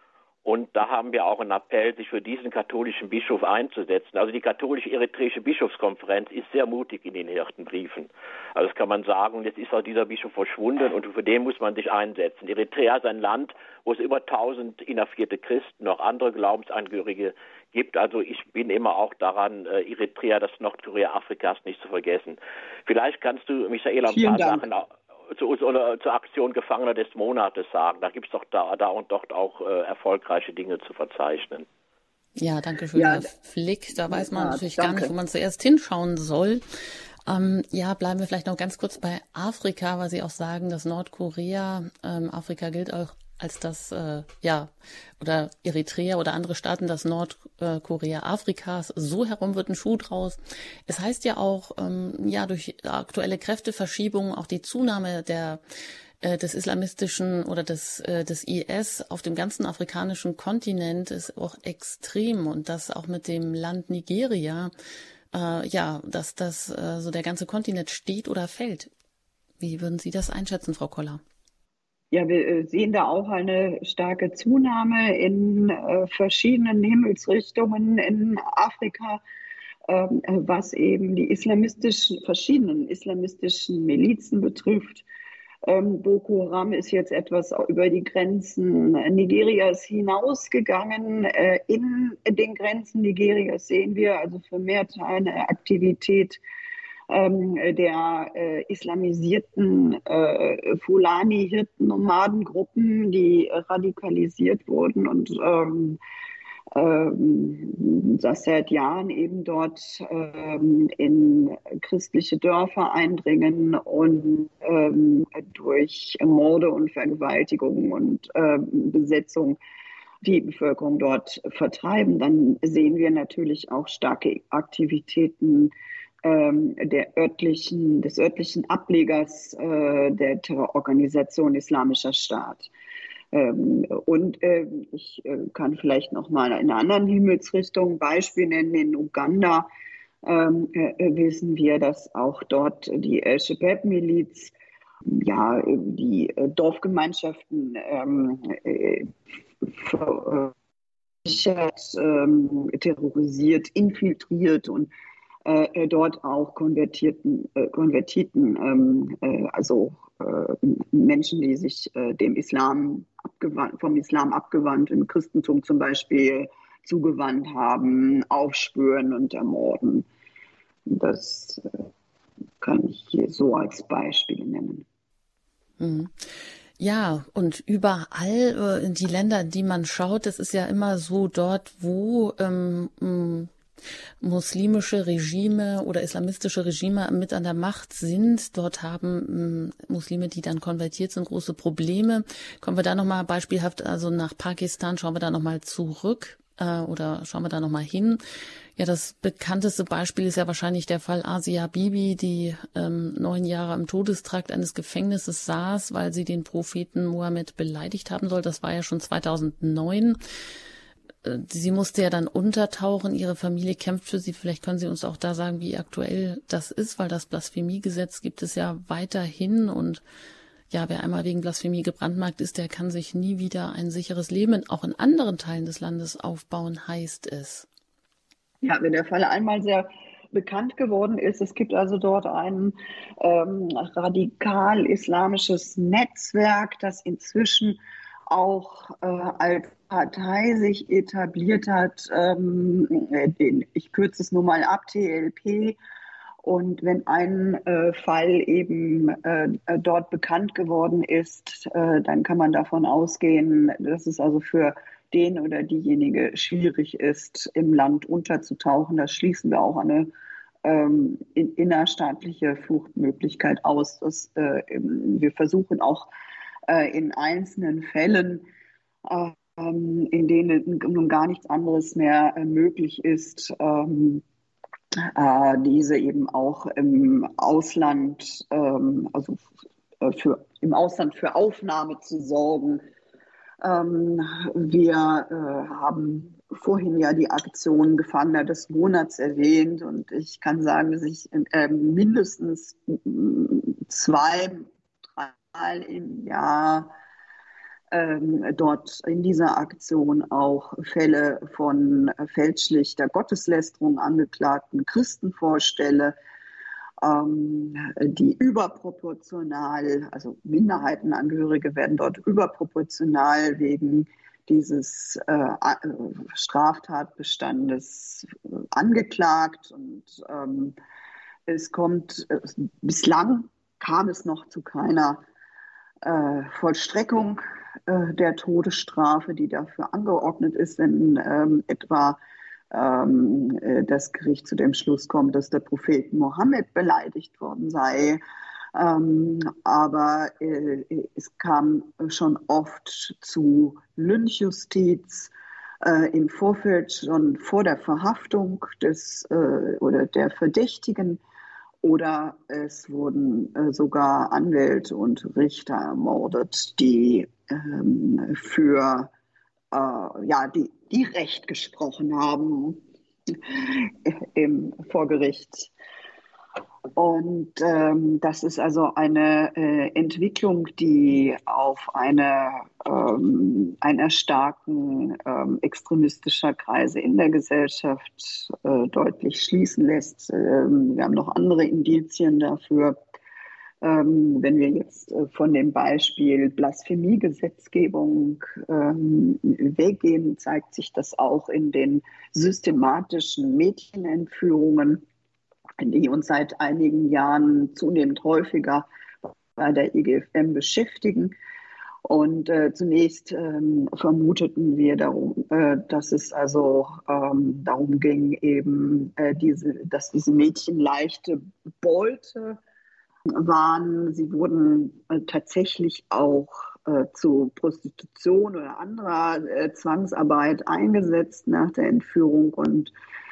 Und da haben wir auch einen Appell, sich für diesen katholischen Bischof einzusetzen. Also die katholische-eritreische Bischofskonferenz ist sehr mutig in den Hirtenbriefen. Also das kann man sagen, jetzt ist auch dieser Bischof verschwunden und für den muss man sich einsetzen. Eritrea ist ein Land, wo es über tausend inhaftierte Christen, auch andere Glaubensangehörige gibt. Also ich bin immer auch daran, Eritrea, das Nordkorea Afrikas, nicht zu vergessen. Vielleicht kannst du, Michaela, ein paar Sachen Zu, zu, zur Aktion Gefangener des Monates sagen. Da gibt es doch da, da und dort auch äh, erfolgreiche Dinge zu verzeichnen. Ja, danke schön, Ja, Herr Flick. Da weiß man ja, natürlich danke. gar nicht, wo man zuerst hinschauen soll. Ähm, ja, bleiben wir vielleicht noch ganz kurz bei Afrika, weil Sie auch sagen, dass Nordkorea, ähm, Afrika gilt auch als das, äh, ja, oder Eritrea oder andere Staaten, das Nordkorea Afrikas. So herum wird ein Schuh draus. Es heißt ja auch, ähm, ja, durch aktuelle Kräfteverschiebungen auch die Zunahme der äh, des islamistischen oder des äh, des I S auf dem ganzen afrikanischen Kontinent ist auch extrem und das auch mit dem Land Nigeria, äh, ja, dass das äh, so der ganze Kontinent steht oder fällt. Wie würden Sie das einschätzen, Frau Koller? Ja, wir sehen da auch eine starke Zunahme in äh, verschiedenen Himmelsrichtungen in Afrika, ähm, was eben die islamistischen, verschiedenen islamistischen Milizen betrifft. Ähm, Boko Haram ist jetzt etwas über die Grenzen Nigerias hinausgegangen. Äh, in den Grenzen Nigerias sehen wir also vermehrt eine Aktivität ähm, der äh, islamisierten äh, Fulani-Hirten-Nomadengruppen, die radikalisiert wurden und ähm, ähm, das seit Jahren eben dort ähm, in christliche Dörfer eindringen und ähm, durch Morde und Vergewaltigungen und ähm, Besetzung die Bevölkerung dort vertreiben, dann sehen wir natürlich auch starke Aktivitäten ähm, der örtlichen, des örtlichen Ablegers äh, der Terrororganisation Islamischer Staat. Ähm, und äh, ich äh, kann vielleicht noch mal in einer anderen Himmelsrichtung ein Beispiel nennen. In Uganda ähm, äh, wissen wir, dass auch dort die El-Shabab-Miliz ja, die äh, Dorfgemeinschaften ähm, äh, ähm, terrorisiert, infiltriert und äh, dort auch Konvertierten, äh, Konvertiten, ähm, äh, also äh, Menschen, die sich äh, dem Islam abgewandt, vom Islam abgewandt, im Christentum zum Beispiel zugewandt haben, aufspüren und ermorden. Das äh, kann ich hier so als Beispiel nennen. Mhm. Ja, und überall äh, in die Länder, in die man schaut, das ist ja immer so dort, wo ähm, m, muslimische Regime oder islamistische Regime mit an der Macht sind. Dort haben m, Muslime, die dann konvertiert sind, große Probleme. Kommen wir da nochmal beispielhaft, also nach Pakistan, schauen wir da nochmal zurück äh, oder schauen wir da nochmal hin. Ja, das bekannteste Beispiel ist ja wahrscheinlich der Fall Asia Bibi, die ähm, neun Jahre im Todestrakt eines Gefängnisses saß, weil sie den Propheten Mohammed beleidigt haben soll. Das war ja schon zweitausendneun. Äh, sie musste ja dann untertauchen. Ihre Familie kämpft für sie. Vielleicht können Sie uns auch da sagen, wie aktuell das ist, weil das Blasphemiegesetz gibt es ja weiterhin. Und ja, wer einmal wegen Blasphemie gebrandmarkt ist, der kann sich nie wieder ein sicheres Leben auch in anderen Teilen des Landes aufbauen, heißt es. Ja, wenn der Fall einmal sehr bekannt geworden ist, es gibt also dort ein ähm, radikal-islamisches Netzwerk, das inzwischen auch äh, als Partei sich etabliert hat. Ähm, den, ich kürze es nur mal ab, T L P. Und wenn ein äh, Fall eben äh, dort bekannt geworden ist, äh, dann kann man davon ausgehen, dass es also für den oder diejenige schwierig ist, im Land unterzutauchen. Das schließen wir auch eine ähm, innerstaatliche Fluchtmöglichkeit aus. Das, äh, wir versuchen auch äh, in einzelnen Fällen, äh, in denen nun gar nichts anderes mehr äh, möglich ist, ähm, äh, diese eben auch im Ausland, ähm, also für, im Ausland für Aufnahme zu sorgen. Ähm, wir äh, haben vorhin ja die Aktion Gefangener des Monats erwähnt und ich kann sagen, dass ich äh, mindestens zwei, dreimal im Jahr ähm, dort in dieser Aktion auch Fälle von fälschlicher Gotteslästerung angeklagten Christen vorstelle, die überproportional, also Minderheitenangehörige werden dort überproportional wegen dieses äh, Straftatbestandes angeklagt. Und ähm, es kommt, äh, bislang kam es noch zu keiner äh, Vollstreckung äh, der Todesstrafe, die dafür angeordnet ist, wenn ähm, etwa das Gericht zu dem Schluss kommt, dass der Prophet Mohammed beleidigt worden sei. Ähm, aber äh, es kam schon oft zu Lynchjustiz äh, im Vorfeld, schon vor der Verhaftung des äh, oder der Verdächtigen. Oder es wurden äh, sogar Anwälte und Richter ermordet, die ähm, für äh, ja, die, die Recht gesprochen haben im Vorgericht. Und ähm, das ist also eine äh, Entwicklung, die auf eine, ähm, ein Erstarken ähm, extremistischer Kreise in der Gesellschaft äh, deutlich schließen lässt. Ähm, wir haben noch andere Indizien dafür. Ähm, wenn wir jetzt äh, von dem Beispiel Blasphemiegesetzgebung ähm, weggehen, zeigt sich das auch in den systematischen Mädchenentführungen. die uns seit einigen Jahren zunehmend häufiger bei der I G F M beschäftigen. Und äh, zunächst ähm, vermuteten wir darum, äh, dass es also ähm, darum ging, eben äh, diese, dass diese Mädchen leichte Beute waren. Sie wurden äh, tatsächlich auch äh, zu Prostitution oder anderer äh, Zwangsarbeit eingesetzt nach der Entführung und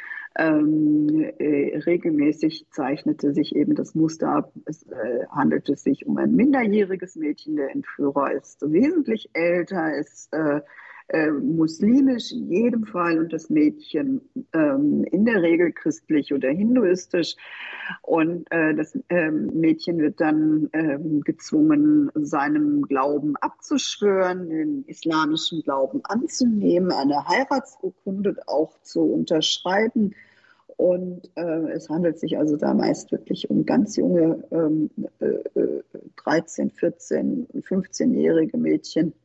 Ähm, äh, regelmäßig zeichnete sich eben das Muster ab. Es äh, handelte sich um ein minderjähriges Mädchen. Der Entführer ist wesentlich älter, ist äh, äh, muslimisch in jedem Fall und das Mädchen ähm, in der Regel christlich oder hinduistisch. Und äh, das ähm, Mädchen wird dann ähm, gezwungen, seinem Glauben abzuschwören, den islamischen Glauben anzunehmen, eine Heiratsurkunde auch zu unterschreiben. Und äh, es handelt sich also da meist wirklich um ganz junge ähm, äh, dreizehn-, vierzehn-, fünfzehnjährige Mädchen.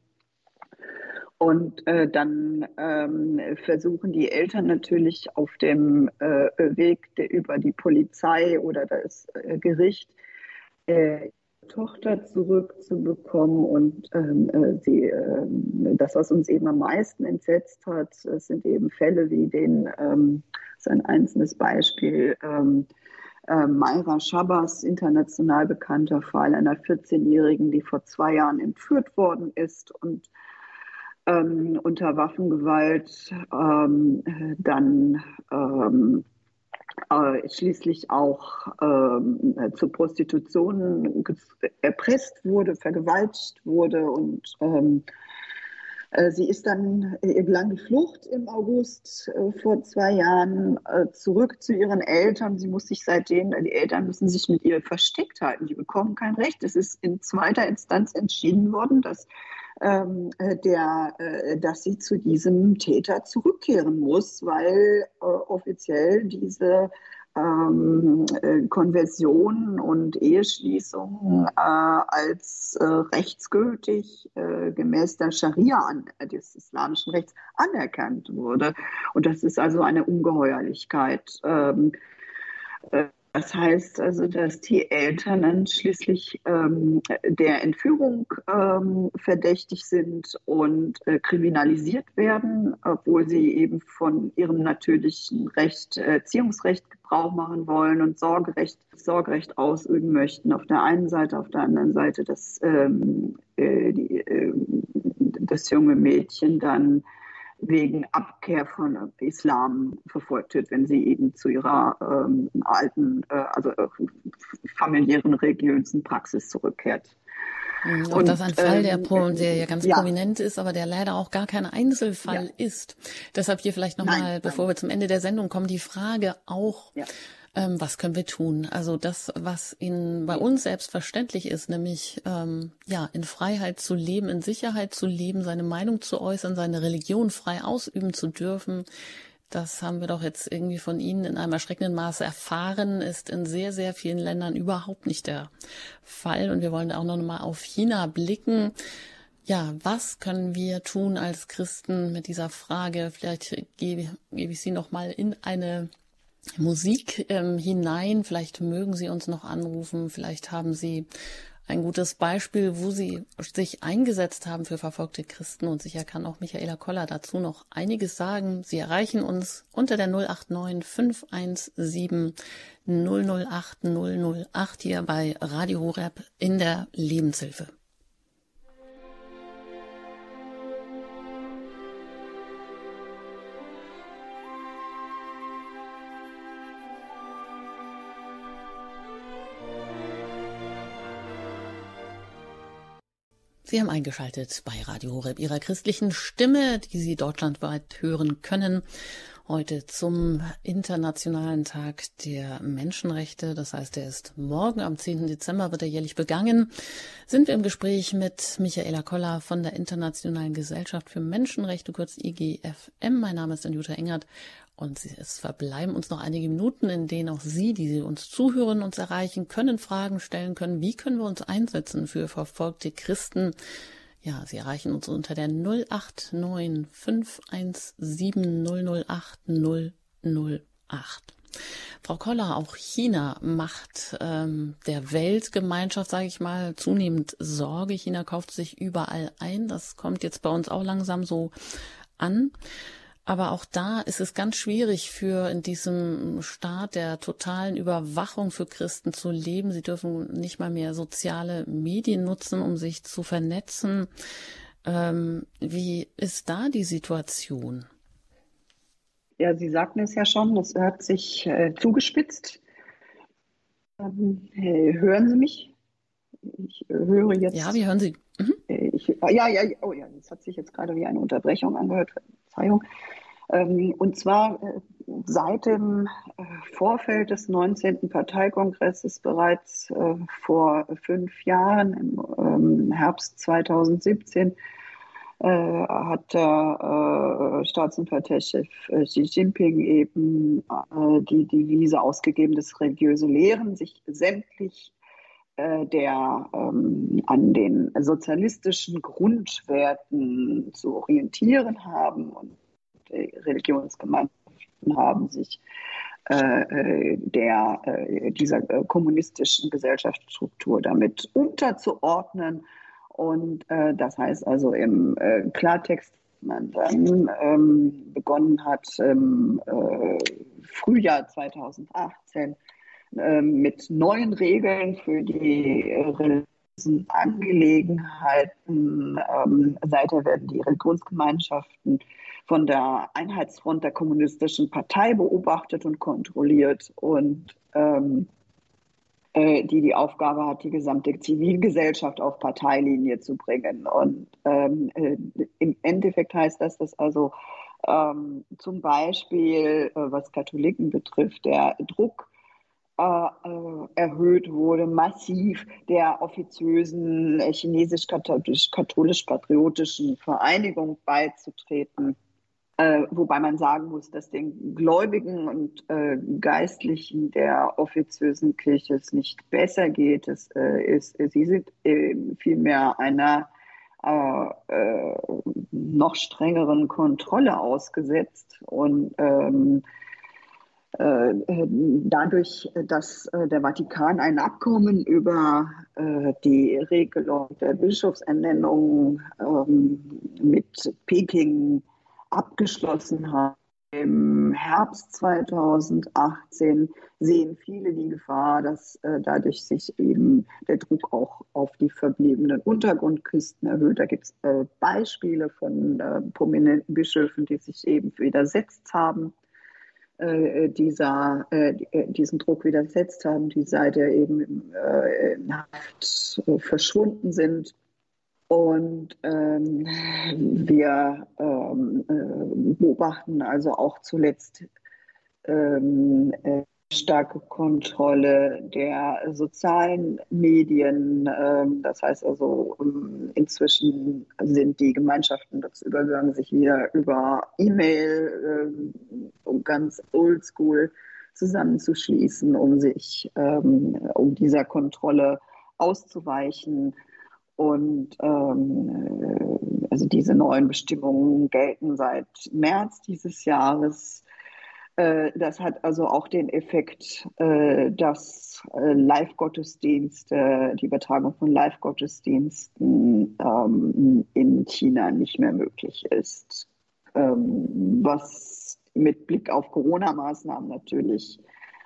Und äh, dann ähm, versuchen die Eltern natürlich auf dem äh, Weg der, über die Polizei oder das äh, Gericht äh, Tochter zurückzubekommen. Und ähm, äh, sie, äh, das, was uns eben am meisten entsetzt hat, das sind eben Fälle wie den, ähm, das ist ein einzelnes Beispiel, ähm, äh, Mayra Shabas, international bekannter Fall einer vierzehnjährigen, die vor zwei Jahren entführt worden ist und ähm, unter Waffengewalt ähm, dann ähm, äh, schließlich auch ähm, zur Prostitution erpresst wurde, vergewaltigt wurde und ähm, äh, sie ist dann, ihr gelang die Flucht im August äh, vor zwei Jahren äh, zurück zu ihren Eltern. Sie muss sich seitdem, die Eltern müssen sich mit ihr versteckt halten. Die bekommen kein Recht. Es ist in zweiter Instanz entschieden worden, dass ähm, der, äh, dass sie zu diesem Täter zurückkehren muss, weil äh, offiziell diese ähm, äh, Konversion und Eheschließung äh, als äh, rechtsgültig äh, gemäß der Scharia an, äh, des islamischen Rechts anerkannt wurde. Und das ist also eine Ungeheuerlichkeit. Ähm, äh, Das heißt also, dass die Eltern dann schließlich ähm, der Entführung ähm, verdächtig sind und äh, kriminalisiert werden, obwohl sie eben von ihrem natürlichen Recht, Erziehungsrecht Gebrauch machen wollen und Sorgerecht, Sorgerecht ausüben möchten. Auf der einen Seite, auf der anderen Seite, dass ähm, äh, die, äh, das junge Mädchen dann wegen Abkehr von Islam verfolgt wird, wenn sie eben zu ihrer ähm, alten, äh, also äh, familiären religiösen Praxis zurückkehrt. Und, und das ist ein Fall, der, ähm, der ja ganz ja. prominent ist, aber der leider auch gar kein Einzelfall ja. ist. Deshalb hier vielleicht nochmal, bevor nein. wir zum Ende der Sendung kommen, die Frage auch, ja. Ähm, was können wir tun? Also das, was in, bei uns selbstverständlich ist, nämlich ähm, ja in Freiheit zu leben, in Sicherheit zu leben, seine Meinung zu äußern, seine Religion frei ausüben zu dürfen, das haben wir doch jetzt irgendwie von Ihnen in einem erschreckenden Maße erfahren, ist in sehr, sehr vielen Ländern überhaupt nicht der Fall. Und wir wollen auch noch mal auf China blicken. Ja, was können wir tun als Christen mit dieser Frage? Vielleicht gebe, gebe ich Sie noch mal in eine Musik ähm, hinein. Vielleicht mögen Sie uns noch anrufen. Vielleicht haben Sie ein gutes Beispiel, wo Sie sich eingesetzt haben für verfolgte Christen. Und sicher kann auch Michaela Koller dazu noch einiges sagen. Sie erreichen uns unter der null acht neun fünf eins sieben null null acht null null acht hier bei Radio Horeb in der Lebenshilfe. Sie haben eingeschaltet bei Radio Horeb, Ihrer christlichen Stimme, die Sie deutschlandweit hören können. Heute zum Internationalen Tag der Menschenrechte. Das heißt, er ist morgen am zehnten Dezember, wird er jährlich begangen. Sind wir im Gespräch mit Michaela Koller von der Internationalen Gesellschaft für Menschenrechte, kurz I G F M. Mein Name ist Anjuta Engert. Und es verbleiben uns noch einige Minuten, in denen auch Sie, die Sie uns zuhören, uns erreichen können, Fragen stellen können. Wie können wir uns einsetzen für verfolgte Christen? Ja, Sie erreichen uns unter der null acht neun fünf eins sieben null null acht null null acht. Frau Koller, auch China macht ähm, der Weltgemeinschaft, sage ich mal, zunehmend Sorge. China kauft sich überall ein. Das kommt jetzt bei uns auch langsam so an. Aber auch da ist es ganz schwierig für in diesem Staat der totalen Überwachung für Christen zu leben. Sie dürfen nicht mal mehr soziale Medien nutzen, um sich zu vernetzen. Ähm, wie ist da die Situation? Ja, Sie sagten es ja schon, das hat sich äh, zugespitzt. Ähm, äh, hören Sie mich? Ich äh, höre jetzt. Ja, wir hören Sie. Mhm. Äh, ich, ja, ja, oh ja, das hat sich jetzt gerade wie eine Unterbrechung angehört. Verzeihung. Ähm, und zwar äh, seit dem äh, Vorfeld des neunzehnten Parteikongresses bereits äh, vor fünf Jahren, im ähm, Herbst zweitausendsiebzehn, Äh, hat der äh, Staats- und Parteichef äh, Xi Jinping eben äh, die Devise ausgegeben, dass religiöse Lehren sich sämtlich äh, der ähm, an den sozialistischen Grundwerten zu orientieren haben, und die Religionsgemeinschaften haben sich äh, der, äh, dieser äh, kommunistischen Gesellschaftsstruktur damit unterzuordnen. Und äh, das heißt also im äh, Klartext, man dann ähm, begonnen hat im äh, Frühjahr zweitausendachtzehn äh, mit neuen Regeln für die religiösen Angelegenheiten. Ähm, seither werden die Religionsgemeinschaften von der Einheitsfront der Kommunistischen Partei beobachtet und kontrolliert, und ähm, die die Aufgabe hat, die gesamte Zivilgesellschaft auf Parteilinie zu bringen. Und ähm, äh, im Endeffekt heißt das, dass also ähm, zum Beispiel, äh, was Katholiken betrifft, der Druck äh, äh, erhöht wurde, massiv der offiziösen äh, chinesisch-katholisch-patriotischen Vereinigung beizutreten. Äh, wobei man sagen muss, dass den Gläubigen und äh, Geistlichen der offiziösen Kirche es nicht besser geht. Es, äh, ist, sie sind äh, vielmehr einer äh, äh, noch strengeren Kontrolle ausgesetzt. Und ähm, äh, dadurch, dass äh, der Vatikan ein Abkommen über äh, die Regelung der Bischofsernennung ähm, mit Peking abgeschlossen hat im Herbst zweitausendachtzehn, sehen viele die Gefahr, dass äh, dadurch sich eben der Druck auch auf die verbliebenen Untergrundchristen erhöht. Da gibt es äh, Beispiele von äh, prominenten Bischöfen, die sich eben widersetzt haben, äh, dieser, äh, diesen Druck widersetzt haben, die seither eben äh, in Haft äh, verschwunden sind. Und ähm, wir ähm, äh, beobachten also auch zuletzt ähm, äh, starke Kontrolle der sozialen Medien. Ähm, das heißt also, um, inzwischen sind die Gemeinschaften dazu übergegangen, sich wieder über E-Mail ähm, ganz oldschool zusammenzuschließen, um sich ähm, um dieser Kontrolle auszuweichen. Und ähm, also diese neuen Bestimmungen gelten seit März dieses Jahres. Äh, das hat also auch den Effekt, äh, dass äh, Live-Gottesdienste, die Übertragung von Live-Gottesdiensten ähm, in China nicht mehr möglich ist. Ähm, was mit Blick auf Corona-Maßnahmen natürlich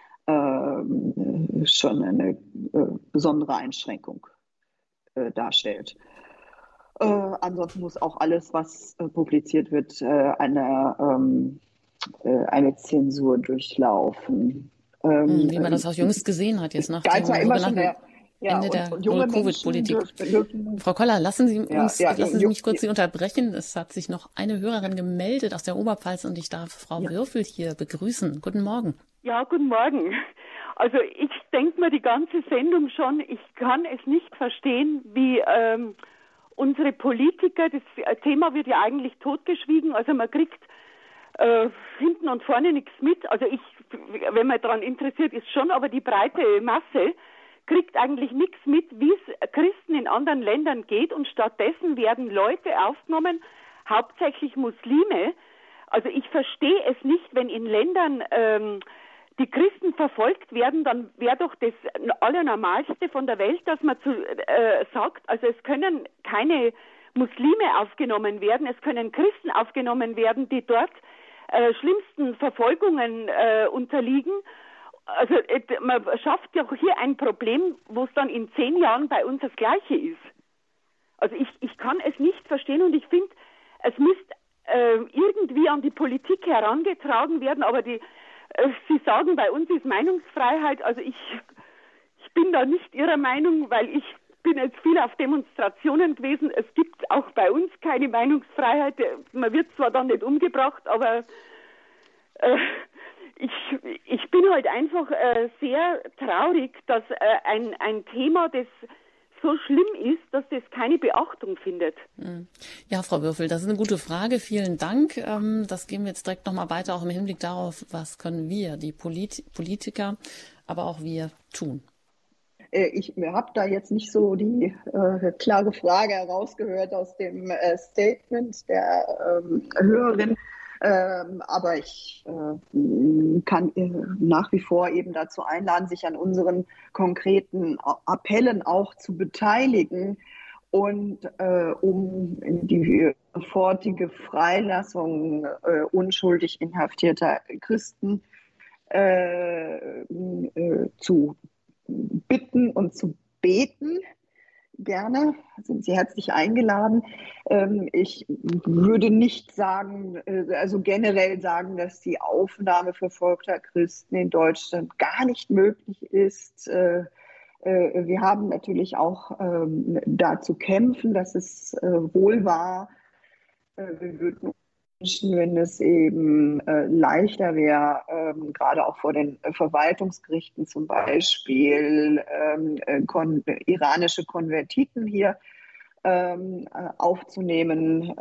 ähm, schon eine äh, besondere Einschränkung darstellt. Äh, ansonsten muss auch alles, was äh, publiziert wird, äh, eine, ähm, äh, eine Zensur durchlaufen. Ähm, Wie man das auch jüngst gesehen hat, jetzt nach dem sogenannten der, ja, Ende und, der und junge Null-Covid-Politik. Dürfen, dürfen, Frau Koller, lassen Sie uns, ja, ja, lassen Sie ju, mich kurz ju, Sie unterbrechen. Es hat sich noch eine Hörerin gemeldet aus der Oberpfalz und ich darf Frau ja. Würfel hier begrüßen. Guten Morgen. Ja, guten Morgen. Also ich denke mir die ganze Sendung schon, ich kann es nicht verstehen, wie ähm, unsere Politiker, das Thema wird ja eigentlich totgeschwiegen, also man kriegt äh, hinten und vorne nichts mit. Also ich, wenn man daran interessiert ist schon, aber die breite Masse kriegt eigentlich nichts mit, wie es Christen in anderen Ländern geht, und stattdessen werden Leute aufgenommen, hauptsächlich Muslime. Also ich verstehe es nicht, wenn in Ländern ähm, die Christen verfolgt werden, dann wäre doch das Allernormalste von der Welt, dass man zu, äh, sagt, also es können keine Muslime aufgenommen werden, es können Christen aufgenommen werden, die dort äh, schlimmsten Verfolgungen äh, unterliegen. Also äh, man schafft ja hier ein Problem, wo es dann in zehn Jahren bei uns das Gleiche ist. Also ich, ich kann es nicht verstehen und ich finde, es müsste äh, irgendwie an die Politik herangetragen werden, aber die Sie sagen, bei uns ist Meinungsfreiheit, also ich, ich bin da nicht Ihrer Meinung, weil ich bin jetzt viel auf Demonstrationen gewesen. Es gibt auch bei uns keine Meinungsfreiheit. Man wird zwar dann nicht umgebracht, aber äh, ich, ich bin halt einfach äh, sehr traurig, dass äh, ein, ein Thema, das so schlimm ist, dass das keine Beachtung findet. Ja, Frau Würfel, das ist eine gute Frage. Vielen Dank. Das gehen wir jetzt direkt nochmal weiter, auch im Hinblick darauf, was können wir, die Polit- Politiker, aber auch wir tun. Ich habe da jetzt nicht so die äh, klare Frage herausgehört aus dem äh, Statement der ähm, Hörerin. Ähm, aber ich äh, kann äh, nach wie vor eben dazu einladen, sich an unseren konkreten Appellen auch zu beteiligen und äh, um die sofortige Freilassung äh, unschuldig inhaftierter Christen äh, äh, zu bitten und zu beten. Gerne, sind Sie herzlich eingeladen. Ich würde nicht sagen, also generell sagen, dass die Aufnahme verfolgter Christen in Deutschland gar nicht möglich ist. Wir haben natürlich auch da zu kämpfen, dass es wohl war. Wir würden wünschen, wenn es eben äh, leichter wäre, ähm, gerade auch vor den äh, Verwaltungsgerichten zum Beispiel ähm, äh, kon- äh, iranische Konvertiten hier ähm, äh, aufzunehmen.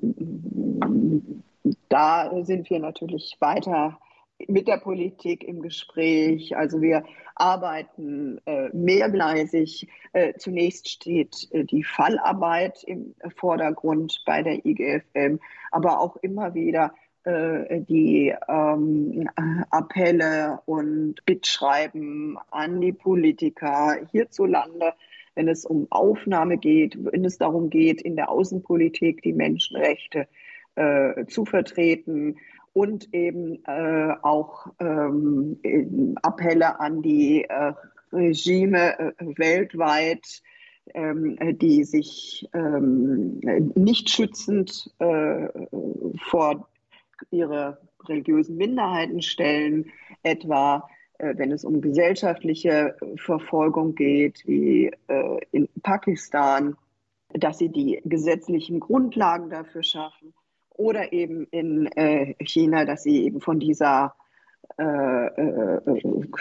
Ähm, da sind wir natürlich weiter mit der Politik im Gespräch. Also wir arbeiten äh, mehrgleisig. Äh, zunächst steht äh, die Fallarbeit im Vordergrund bei der I G F M, aber auch immer wieder äh, die ähm, Appelle und Bittschreiben an die Politiker hierzulande, wenn es um Aufnahme geht, wenn es darum geht, in der Außenpolitik die Menschenrechte äh, zu vertreten, und eben äh, auch ähm, Appelle an die äh, Regime äh, weltweit, ähm, die sich ähm, nicht schützend äh, vor ihre religiösen Minderheiten stellen, etwa äh, wenn es um gesellschaftliche Verfolgung geht, wie äh, in Pakistan, dass sie die gesetzlichen Grundlagen dafür schaffen. Oder eben in äh, China, dass sie eben von dieser, äh, äh,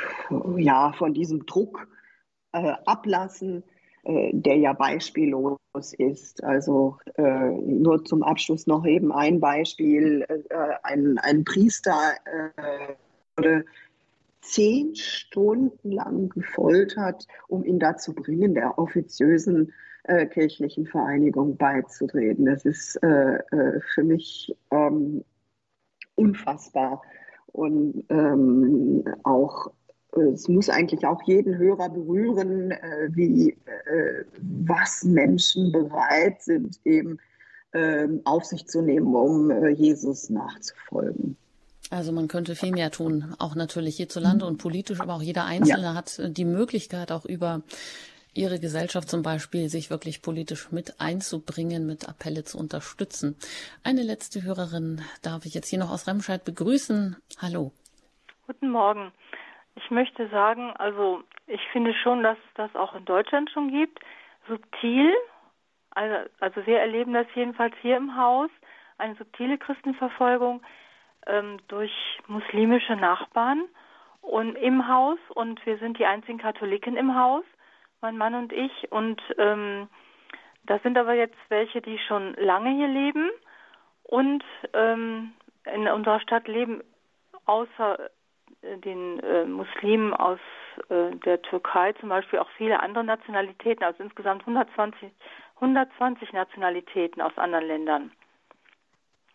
ja, von diesem Druck äh, ablassen, äh, der ja beispiellos ist. Also äh, nur zum Abschluss noch eben ein Beispiel: äh, ein, ein Priester äh, wurde zehn Stunden lang gefoltert, um ihn dazu bringen, der offiziösen äh, kirchlichen Vereinigung beizutreten. Das ist äh, äh, für mich ähm, unfassbar. Und ähm, auch, äh, es muss eigentlich auch jeden Hörer berühren, äh, wie, äh, was Menschen bereit sind, eben äh, auf sich zu nehmen, um äh, Jesus nachzufolgen. Also man könnte viel mehr tun, auch natürlich hierzulande und politisch, aber auch jeder Einzelne ja. hat die Möglichkeit, auch über ihre Gesellschaft zum Beispiel, sich wirklich politisch mit einzubringen, mit Appelle zu unterstützen. Eine letzte Hörerin darf ich jetzt hier noch aus Remscheid begrüßen. Hallo. Guten Morgen. Ich möchte sagen, also ich finde schon, dass es das auch in Deutschland schon gibt. Subtil, also, also wir erleben das jedenfalls hier im Haus, eine subtile Christenverfolgung ähm, durch muslimische Nachbarn und im Haus, und wir sind die einzigen Katholiken im Haus, mein Mann und ich, und ähm, das sind aber jetzt welche, die schon lange hier leben und ähm, in unserer Stadt leben außer äh, den äh, Muslimen aus äh, der Türkei zum Beispiel auch viele andere Nationalitäten, also insgesamt hundertzwanzig, hundertzwanzig Nationalitäten aus anderen Ländern.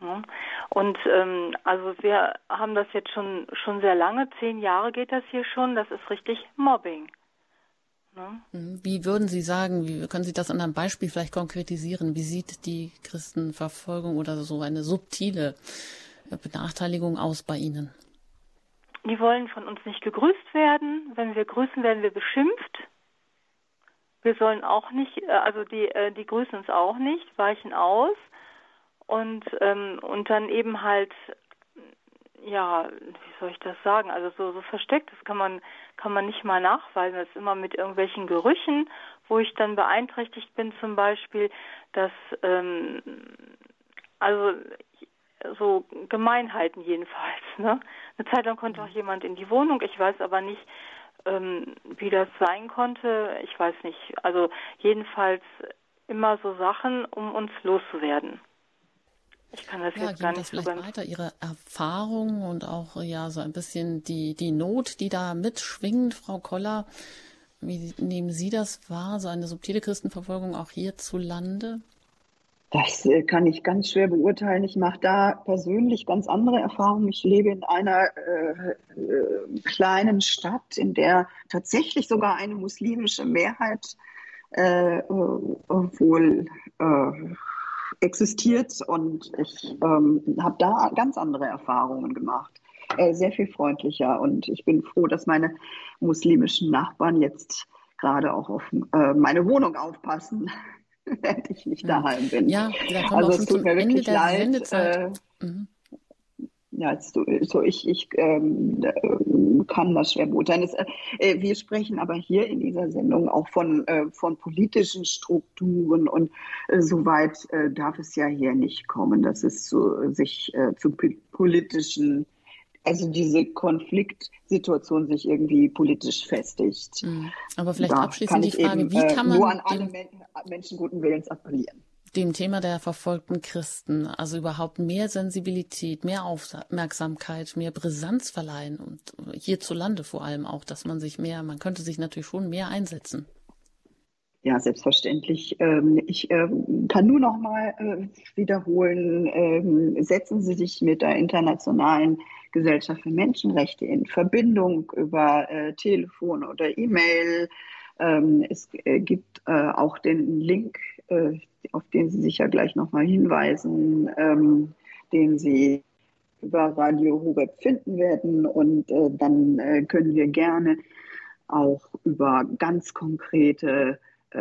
Ja. Und ähm, also wir haben das jetzt schon schon sehr lange, zehn Jahre geht das hier schon, das ist richtig Mobbing. Ja. Wie würden Sie sagen, wie können Sie das an einem Beispiel vielleicht konkretisieren? Wie sieht die Christenverfolgung oder so eine subtile Benachteiligung aus bei Ihnen? Die wollen von uns nicht gegrüßt werden. Wenn wir grüßen, werden wir beschimpft. Wir sollen auch nicht, also die, die grüßen uns auch nicht, weichen aus. Und, ähm, und dann eben halt, ja, wie soll ich das sagen? Also so, so versteckt, das kann man, kann man nicht mal nachweisen. Das ist immer mit irgendwelchen Gerüchen, wo ich dann beeinträchtigt bin zum Beispiel, dass, ähm, also so Gemeinheiten jedenfalls, ne? Eine Zeit lang konnte auch jemand in die Wohnung, ich weiß aber nicht, ähm, wie das sein konnte, ich weiß nicht. Also jedenfalls immer so Sachen, um uns loszuwerden. Ich kann das ja, jetzt gar nicht das so vielleicht ganz weiter, Ihre Erfahrung und auch ja so ein bisschen die, die Not, die da mitschwingt, Frau Koller. Wie nehmen Sie das wahr, so eine subtile Christenverfolgung auch hierzulande? Das äh, kann ich ganz schwer beurteilen. Ich mache da persönlich ganz andere Erfahrungen. Ich lebe in einer äh, äh, kleinen Stadt, in der tatsächlich sogar eine muslimische Mehrheit äh, äh, wohl äh, existiert. Und ich ähm, habe da ganz andere Erfahrungen gemacht. Äh, sehr viel freundlicher. Und ich bin froh, dass meine muslimischen Nachbarn jetzt gerade auch auf äh, meine Wohnung aufpassen, wenn ich nicht daheim bin. Ja, da kommen also wir auch es schon tut zum mir Ende wirklich der leid. Sendezeit. Äh, Mhm. Ja, so, so ich, ich ähm, kann das schwer beurteilen. Das, äh, wir sprechen aber hier in dieser Sendung auch von, äh, von politischen Strukturen und äh, soweit äh, darf es ja hier nicht kommen, dass es so, sich äh, zu politischen, also diese Konfliktsituation sich irgendwie politisch festigt. Mhm. Aber vielleicht Da abschließend kann die ich Frage, eben wie äh, kann man nur an alle dem, Men Menschen guten Willens appellieren. dem Thema der verfolgten Christen, also überhaupt mehr Sensibilität, mehr Aufmerksamkeit, mehr Brisanz verleihen und hierzulande vor allem auch, dass man sich mehr, man könnte sich natürlich schon mehr einsetzen. Ja, selbstverständlich. Ähm, ich ähm, kann nur noch mal äh, wiederholen, ähm, setzen Sie sich mit der Internationalen Gesellschaft für Menschenrechte in Verbindung über äh, Telefon oder E-Mail. Ähm, es äh, gibt äh, auch den Link, äh, auf den Sie sich ja gleich noch mal hinweisen, ähm, den Sie über Radio Horeb finden werden. Und äh, dann äh, können wir gerne auch über ganz konkrete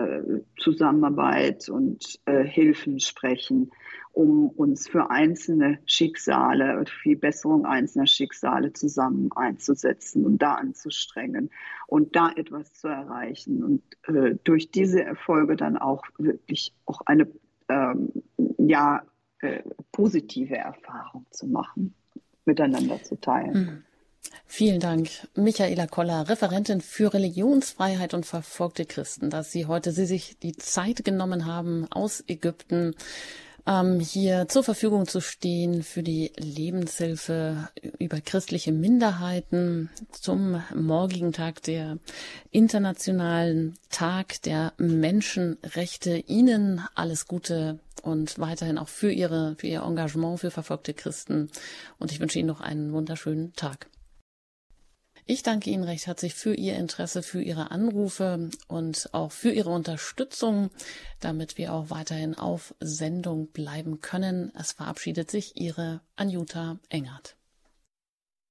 Zusammenarbeit und äh, Hilfen sprechen, um uns für einzelne Schicksale, für die Besserung einzelner Schicksale zusammen einzusetzen und da anzustrengen und da etwas zu erreichen und äh, durch diese Erfolge dann auch wirklich auch eine ähm, ja, äh, positive Erfahrung zu machen, miteinander zu teilen. Mhm. Vielen Dank, Michaela Koller, Referentin für Religionsfreiheit und verfolgte Christen, dass Sie heute Sie sich die Zeit genommen haben, aus Ägypten ähm, hier zur Verfügung zu stehen für die Lebenshilfe über christliche Minderheiten zum morgigen Tag, der Internationalen Tag der Menschenrechte. Ihnen alles Gute und weiterhin auch für Ihre, für Ihr Engagement für verfolgte Christen. Und ich wünsche Ihnen noch einen wunderschönen Tag. Ich danke Ihnen recht herzlich für Ihr Interesse, für Ihre Anrufe und auch für Ihre Unterstützung, damit wir auch weiterhin auf Sendung bleiben können. Es verabschiedet sich Ihre Anjuta Engert.